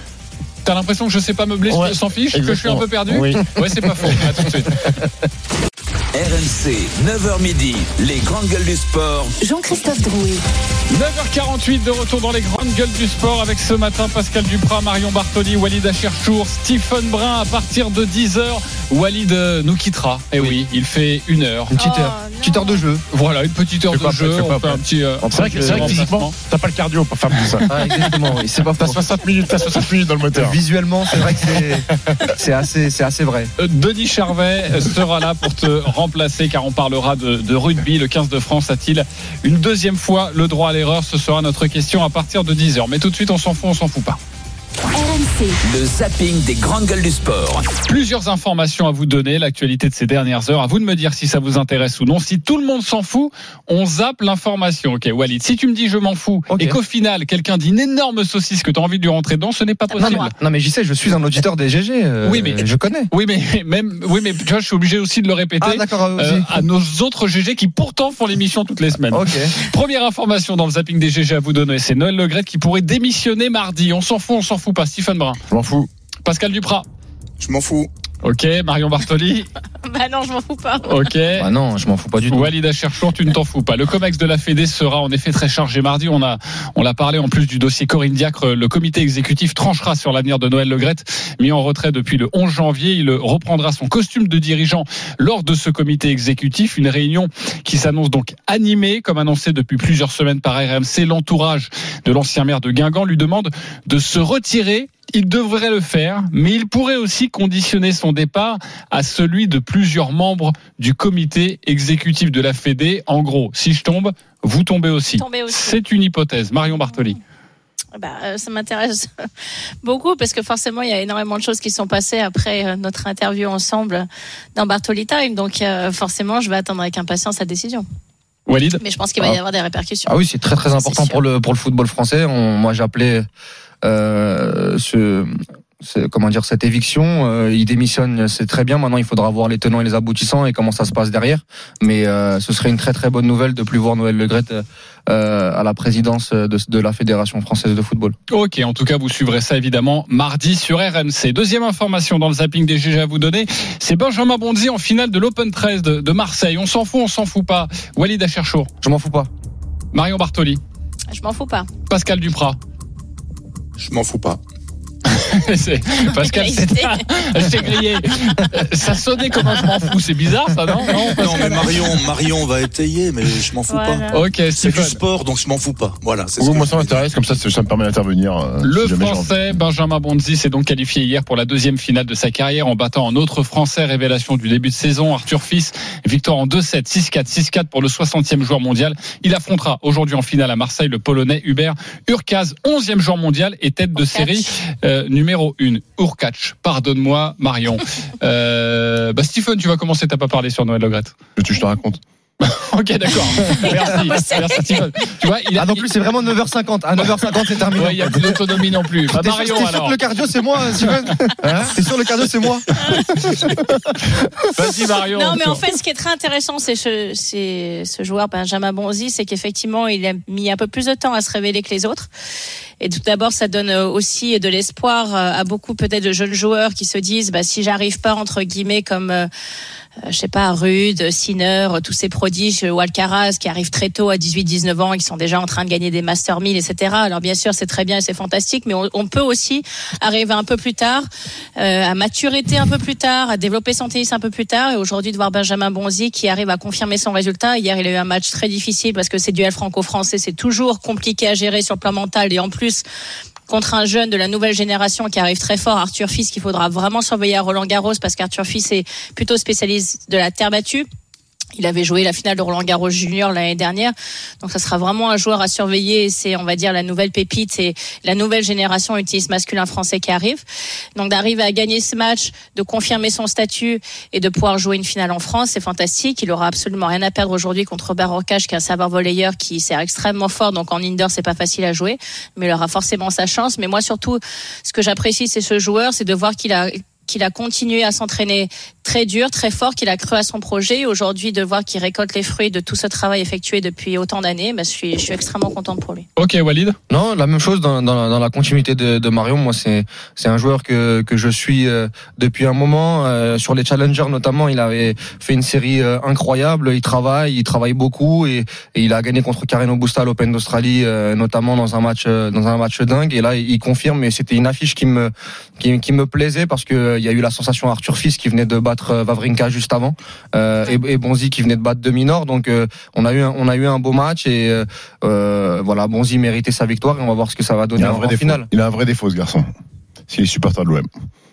T'as l'impression que je sais pas meubler ouais, sans fiche, exactement. Que je suis un peu perdu. Oui. Ouais, c'est pas faux. À tout de suite. R M C, neuf heures midi, les grandes gueules du sport. Jean-Christophe Drouet. neuf heures quarante-huit de retour dans les grandes gueules du sport avec ce matin Pascal Duprat, Marion Bartoli, Walid Acharchour, Stephen Brun à partir de dix heures. Walid nous quittera. Et oui, oui il fait une heure. Une petite heure. Oh, petite heure de jeu. Voilà, une petite heure de pas, jeu. On fait un petit. Euh, c'est vrai que, c'est vrai que physiquement, t'as pas le cardio pour faire tout ça. Ah, exactement. Oui. C'est pas t'as soixante minutes, t'as soixante minutes dans le moteur. Visuellement, c'est vrai que c'est, c'est assez, c'est assez vrai. Denis Charvet sera là pour te remplacer car on parlera de, de rugby. Le quinze de France a-t-il une deuxième fois le droit à l'erreur? Ce sera notre question à partir de dix heures. Mais tout de suite, on s'en fout, on s'en fout pas. R M C. C. Le zapping des grandes gueules du sport. Plusieurs informations à vous donner, l'actualité de ces dernières heures. À vous de me dire si ça vous intéresse ou non. Si tout le monde s'en fout, on zappe l'information. Ok, Walid, si tu me dis je m'en fous okay. et qu'au final, quelqu'un dit une énorme saucisse que tu as envie de lui rentrer dedans, ce n'est pas possible. Non, mais, non, mais j'y sais, je suis un auditeur des G G. Euh, oui, mais je connais. Oui, mais même, oui, mais tu vois, je suis obligé aussi de le répéter ah, d'accord, euh, à nos autres G G qui pourtant font l'émission toutes les semaines. Okay. Première information dans le zapping des G G à vous donner, c'est Noël Le Graët qui pourrait démissionner mardi. On s'en fout, on s'en fout pas. Stephen Brun. Je m'en fous. Pascal Duprat. Je m'en fous. Ok, Marion Bartoli. Bah non, je m'en fous pas. Ok. Bah non, je m'en fous pas du tout. Walid Acharchour, tu ne t'en fous pas. Le COMEX de la Fédé sera en effet très chargé mardi. On a, on l'a parlé en plus du dossier Corinne Diacre. Le comité exécutif tranchera sur l'avenir de Noël Le Graët, mis en retrait depuis le onze janvier. Il reprendra son costume de dirigeant lors de ce comité exécutif. Une réunion qui s'annonce donc animée, comme annoncé depuis plusieurs semaines par R M C. L'entourage de l'ancien maire de Guingamp lui demande de se retirer. Il devrait le faire, mais il pourrait aussi conditionner son départ à celui de plusieurs membres du comité exécutif de la Fédé. En gros, si je tombe, vous tombez aussi. Tombez aussi. C'est une hypothèse. Marion Bartoli. Bah, ça m'intéresse beaucoup parce que forcément il y a énormément de choses qui sont passées après notre interview ensemble dans Bartoli Time. Donc euh, forcément, je vais attendre avec impatience la décision. Walid. Mais je pense qu'il va y avoir des répercussions. Ah oui, c'est très très important pour le pour le football français. On, moi, j'appelais euh, ce, ce comment dire cette éviction. Euh, il démissionne, c'est très bien. Maintenant, il faudra voir les tenants et les aboutissants et comment ça se passe derrière. Mais euh, ce serait une très très bonne nouvelle de plus voir Noël Le Graët euh, à la présidence de, de la Fédération française de football. Ok, en tout cas, vous suivrez ça évidemment mardi sur R M C. Deuxième information dans le zapping des G G à vous donner, c'est Benjamin Bonzi en finale de l'Open treize de, de Marseille. On s'en fout, on s'en fout pas. Walid Acharchour. Je m'en fous pas. Marion Bartoli. Je m'en fous pas. Pascal Duprat. Je m'en fous pas. c'est Pascal, c'est c'est grillé. Ça sonnait comme un je m'en fous, c'est bizarre ça, non? Non, non mais Marion, Marion va étayer, mais je m'en fous voilà. pas. Ok, c'est du sport, donc je m'en fous pas. Voilà. C'est oui, ce moi ça m'intéresse, comme ça, ça me permet d'intervenir. Euh, le si Français Benjamin Bonzi s'est donc qualifié hier pour la deuxième finale de sa carrière en battant un autre Français révélation du début de saison, Arthur Fils. Victoire en deux sept, six quatre, six quatre pour le soixantième joueur mondial. Il affrontera aujourd'hui en finale à Marseille le Polonais Hubert Hurkacz, onzième joueur mondial et tête de série euh, numéro un. Hurkacz, pardonne-moi Marion. Euh, bah Stephen, tu vas commencer, t'as pas parlé sur Noël Le Graët. Je te raconte. Ok, d'accord. Merci. Merci Stephen. Tu vois, il a, ah non plus, c'est vraiment neuf heures cinquante. À neuf heures cinquante, c'est terminé. Ouais, il y a plus d'autonomie non plus. Bah, Marion, t'es alors. sûr que le cardio, c'est moi, Stephen hein? T'es sûr le cardio, c'est moi? Vas-y, Marion. Non, mais en fait, ce qui est très intéressant, c'est ce, c'est ce joueur, Benjamin Bonzi, c'est qu'effectivement, il a mis un peu plus de temps à se révéler que les autres. Et tout d'abord, ça donne aussi de l'espoir à beaucoup peut-être de jeunes joueurs qui se disent, bah, si j'arrive pas, entre guillemets, comme, euh, je sais pas, Rude, Sinner, tous ces prodiges, ou Alcaraz, qui arrivent très tôt à dix-huit dix-neuf ans et qui sont déjà en train de gagner des Master mille, et cetera. Alors bien sûr, c'est très bien et c'est fantastique, mais on, on peut aussi arriver un peu plus tard, euh, à maturité un peu plus tard, à développer son tennis un peu plus tard. Et aujourd'hui, de voir Benjamin Bonzi qui arrive à confirmer son résultat. Hier, il a eu un match très difficile parce que ces duels franco-français, c'est toujours compliqué à gérer sur le plan mental, et en plus contre un jeune de la nouvelle génération qui arrive très fort, Arthur Fils, qu'il faudra vraiment surveiller à Roland-Garros parce qu'Arthur Fils est plutôt spécialiste de la terre battue. Il avait joué la finale de Roland-Garros Junior l'année dernière. Donc ça sera vraiment un joueur à surveiller. C'est, on va dire, la nouvelle pépite et la nouvelle génération du tennis masculin français qui arrive. Donc d'arriver à gagner ce match, de confirmer son statut et de pouvoir jouer une finale en France, c'est fantastique. Il aura absolument rien à perdre aujourd'hui contre Robert Hurkacz, qui est un serveur volleyeur qui sert extrêmement fort. Donc en indoor, c'est pas facile à jouer, mais il aura forcément sa chance. Mais moi, surtout, ce que j'apprécie, c'est ce joueur, c'est de voir qu'il a qu'il a continué à s'entraîner très dur, très fort, qu'il a cru à son projet. Aujourd'hui, de voir qu'il récolte les fruits de tout ce travail effectué depuis autant d'années, bah, je suis, je suis extrêmement contente pour lui. Ok, Walid. Non, la même chose dans, dans, dans la continuité de, de Marion. Moi, c'est, c'est un joueur que, que je suis euh, depuis un moment. Euh, sur les challengers notamment, il avait fait une série euh, incroyable. Il travaille, il travaille beaucoup et, et il a gagné contre Carreno Busta à l'Open d'Australie, euh, notamment dans un match, euh, dans un match dingue. Et là, il confirme. Et c'était une affiche qui me, qui, qui me plaisait parce que il y a eu la sensation Arthur Fils qui venait de battre Wawrinka juste avant euh, et, et Bonzi qui venait de battre Deminor. Donc euh, on a eu un, on a eu un beau match et euh, voilà, Bonzi méritait sa victoire et on va voir ce que ça va donner en finale. Il a un vrai défaut ce garçon. C'est les supporters de l'O M.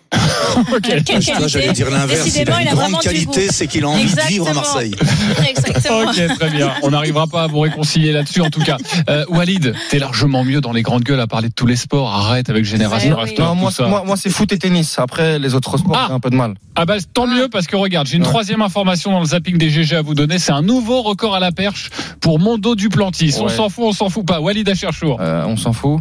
Okay. Quelle qualité. J'allais dire l'inverse. Décidément, il a une il a grande vraiment du qualité, goût. c'est qu'il a envie Exactement. de vivre à Marseille. Exactement. Ok, très bien. On n'arrivera pas à vous réconcilier là-dessus, en tout cas. Euh, Walid, t'es largement mieux dans les grandes gueules à parler de tous les sports. Arrête avec Génération Ouais, After. Non, tout moi, ça. moi, moi, c'est foot et tennis. Après, les autres sports, Ah. j'ai un peu de mal. Ah bah tant mieux, parce que regarde, j'ai une Ouais. troisième information dans le zapping des G G à vous donner. C'est un nouveau record à la perche pour Mondo Duplantis. On Ouais. s'en fout, on s'en fout pas. Walid Acharchour. Euh, on s'en fout.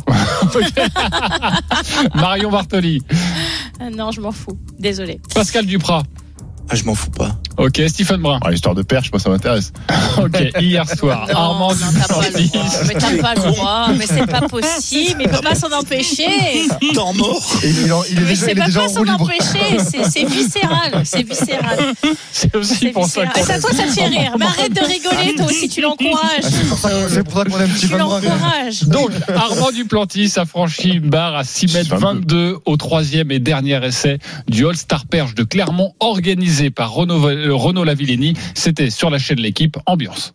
Marion Bartoli. Ah non, je m'en fous. Désolé. Pascal Duprat. Ah, je m'en fous pas. Ok, Stephen Brun. Ah, l'histoire de perche, moi ça m'intéresse. Ok, hier soir, Non, Armand non, t'as pas le Duplantis. droit. Mais t'as pas le droit. Mais c'est pas possible. Mais il peut pas s'en empêcher. Temps mort. Et il, en- il est Mais déjà, c'est il est pas déjà pas en roue s'en libre. empêcher. C'est, c'est viscéral. C'est viscéral. C'est aussi C'est pour ça viscéral. qu'on Et ça, toi, ça te fait rire. Mais arrête de rigoler, toi aussi, tu l'encourages. Ah, c'est pour ça que- c'est pour ça qu'on aime Tu Stephen Brun. l'encourages. Donc, Armand Duplantis a franchi une barre à six mètres vingt-deux au troisième et dernier essai du All-Star Perche de Clermont, organisé par Renaud, euh, Renaud Lavillenie. C'était sur la chaîne L'équipe. Ambiance.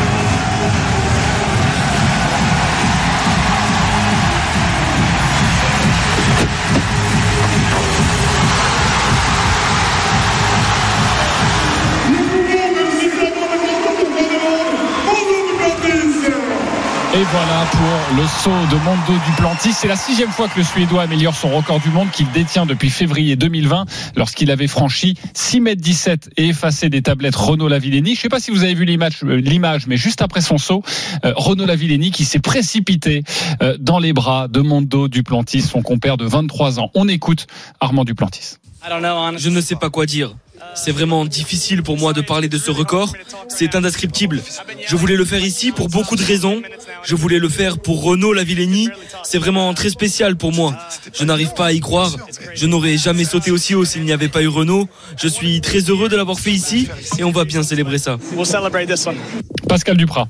Et voilà pour le saut de Mondo Duplantis. C'est la sixième fois que le Suédois améliore son record du monde qu'il détient depuis février deux mille vingt, lorsqu'il avait franchi six mètres dix-sept et effacé des tablettes Renaud Lavillenie. Je ne sais pas si vous avez vu l'image, l'image, mais juste après son saut, euh, Renaud Lavillenie qui s'est précipité euh, dans les bras de Mondo Duplantis, son compère de vingt-trois ans. On écoute Armand Duplantis. Je ne sais pas quoi dire. C'est vraiment difficile pour moi de parler de ce record. C'est indescriptible. Je voulais le faire ici pour beaucoup de raisons. Je voulais le faire pour Renaud Lavillenie. C'est vraiment très spécial pour moi. Je n'arrive pas à y croire. Je n'aurais jamais sauté aussi haut s'il n'y avait pas eu Renaud. Je suis très heureux de l'avoir fait ici et on va bien célébrer ça. Pascal Duprat.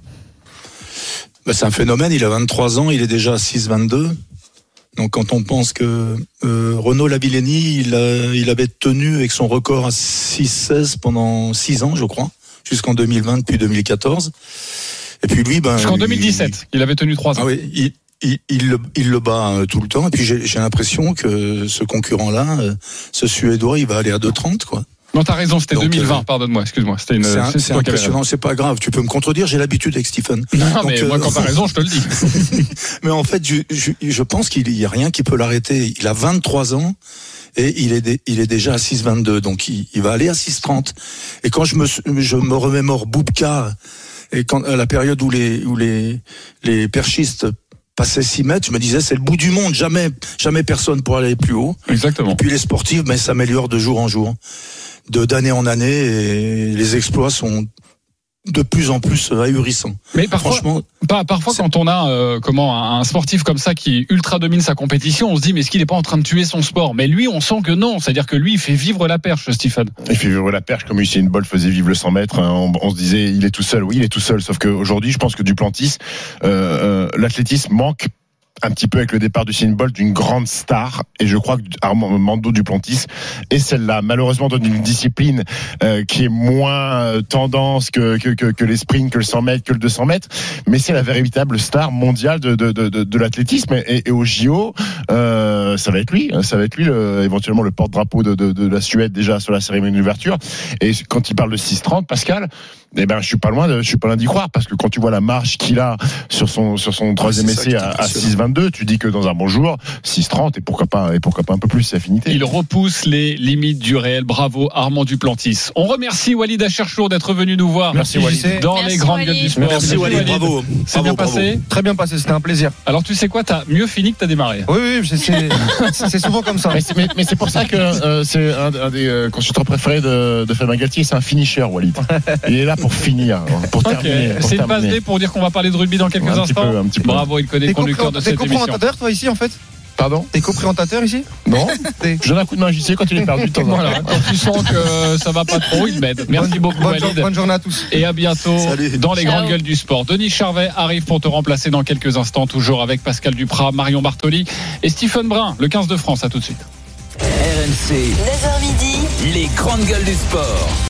Bah, c'est un phénomène. Il a vingt-trois ans. Il est déjà à six vingt-deux. Donc quand on pense que euh, Renaud Lavillenie, il, a, il avait tenu avec son record à six seize pendant six ans, je crois, jusqu'en deux mille vingt, depuis deux mille quatorze. Et puis lui, ben jusqu'en deux mille dix-sept, il, il avait tenu trois ans. Ah oui, il, il, il, le, il le bat euh, tout le temps. Et puis j'ai, j'ai l'impression que ce concurrent-là, euh, ce Suédois, il va aller à deux trente, quoi. Non, t'as raison, c'était Donc, deux mille vingt, euh, pardonne-moi, excuse-moi. C'était une, c'est, un, c'est, c'est toi qui avais impressionnant, c'est pas grave. Tu peux me contredire, j'ai l'habitude avec Stephen. Non, Donc, mais moi, euh, quand t'as raison, je te le dis. Mais en fait, je, je, je pense qu'il y a rien qui peut l'arrêter. Il a vingt-trois ans et il est, dé, il est déjà à six vingt-deux, donc il, il va aller à six trente. Et quand je me, je me remémore Boubka, et quand à la période où les, où les, les perchistes passaient six mètres, je me disais c'est le bout du monde, jamais, jamais personne pourra aller plus haut. Exactement. Et puis les sportifs, mais s'améliorent de jour en jour, de d'année en année, et les exploits sont de plus en plus ahurissants. Mais parfois, franchement, pas, parfois quand on a euh, comment un, un sportif comme ça qui ultra domine sa compétition, on se dit mais est-ce qu'il n'est pas en train de tuer son sport? Mais lui, on sent que non. C'est-à-dire que lui, il fait vivre la perche, Stephen. Il fait vivre la perche comme Usain Bolt faisait vivre le cent mètres. On, on se disait il est tout seul. Oui, il est tout seul. Sauf qu'aujourd'hui, je pense que Duplantis, euh, euh, l'athlétisme manque un petit peu avec le départ du Usain Bolt d'une grande star, et je crois que Armando Duplantis est celle-là. Malheureusement dans une discipline euh, qui est moins tendance que, que, que, que les sprints, que le cent mètres, que le deux cents mètres, mais c'est la véritable star mondiale de, de, de, de, de l'athlétisme, et, et au J O euh, ça va être lui, ça va être lui le, éventuellement le porte-drapeau de, de, de la Suède déjà sur la cérémonie d'ouverture. Et quand il parle de six trente, Pascal, eh ben je suis pas loin de, je suis pas loin d'y croire, parce que quand tu vois la marge qu'il a sur son sur son troisième ouais, essai à, à six vingt-deux, tu dis que dans un bon jour six trente, et pourquoi pas et pourquoi pas un peu plus, c'est affinité. Il repousse les limites du réel. Bravo Armand Duplantis. On remercie Walid Acharchour d'être venu nous voir. Merci Walid. Dans Merci les grandes Walid. gueules du sport. Merci Walid, bravo. C'est Bravo, bien bravo. passé. Très bien passé, c'était un plaisir. Alors tu sais quoi, t'as mieux fini que t'as démarré. Oui, oui, c'est, c'est, c'est souvent comme ça. Mais c'est, mais, mais c'est pour ça que euh, c'est un, un des euh, consultants préférés de, de Fabien Galtier, c'est un finisher, Walid. Il est là pour finir, pour Ok, terminer. Pour c'est une passe terminer. D pour dire qu'on va parler de rugby dans quelques Un petit instants. peu, un petit peu. Bravo, il connaît le T'es, conducteur de copréhentateur, t'es cette émission. copréhentateur, toi, ici, en fait? Pardon? T'es copréhentateur ici? Non. T'es- Je donne un coup de main à J C quand il est perdu de temps en temps. Voilà, quand tu sens que ça va pas trop, il m'aide. Merci Bonne- beaucoup bonne, Walid. bonne journée à tous. Et à bientôt Salut. dans les Ciao. grandes gueules du sport. Denis Charvet arrive pour te remplacer dans quelques instants, toujours avec Pascal Duprat, Marion Bartoli et Stephen Brun, le quinze de France. À tout de suite. R M C, neuf heures midi. les grandes gueules du sport.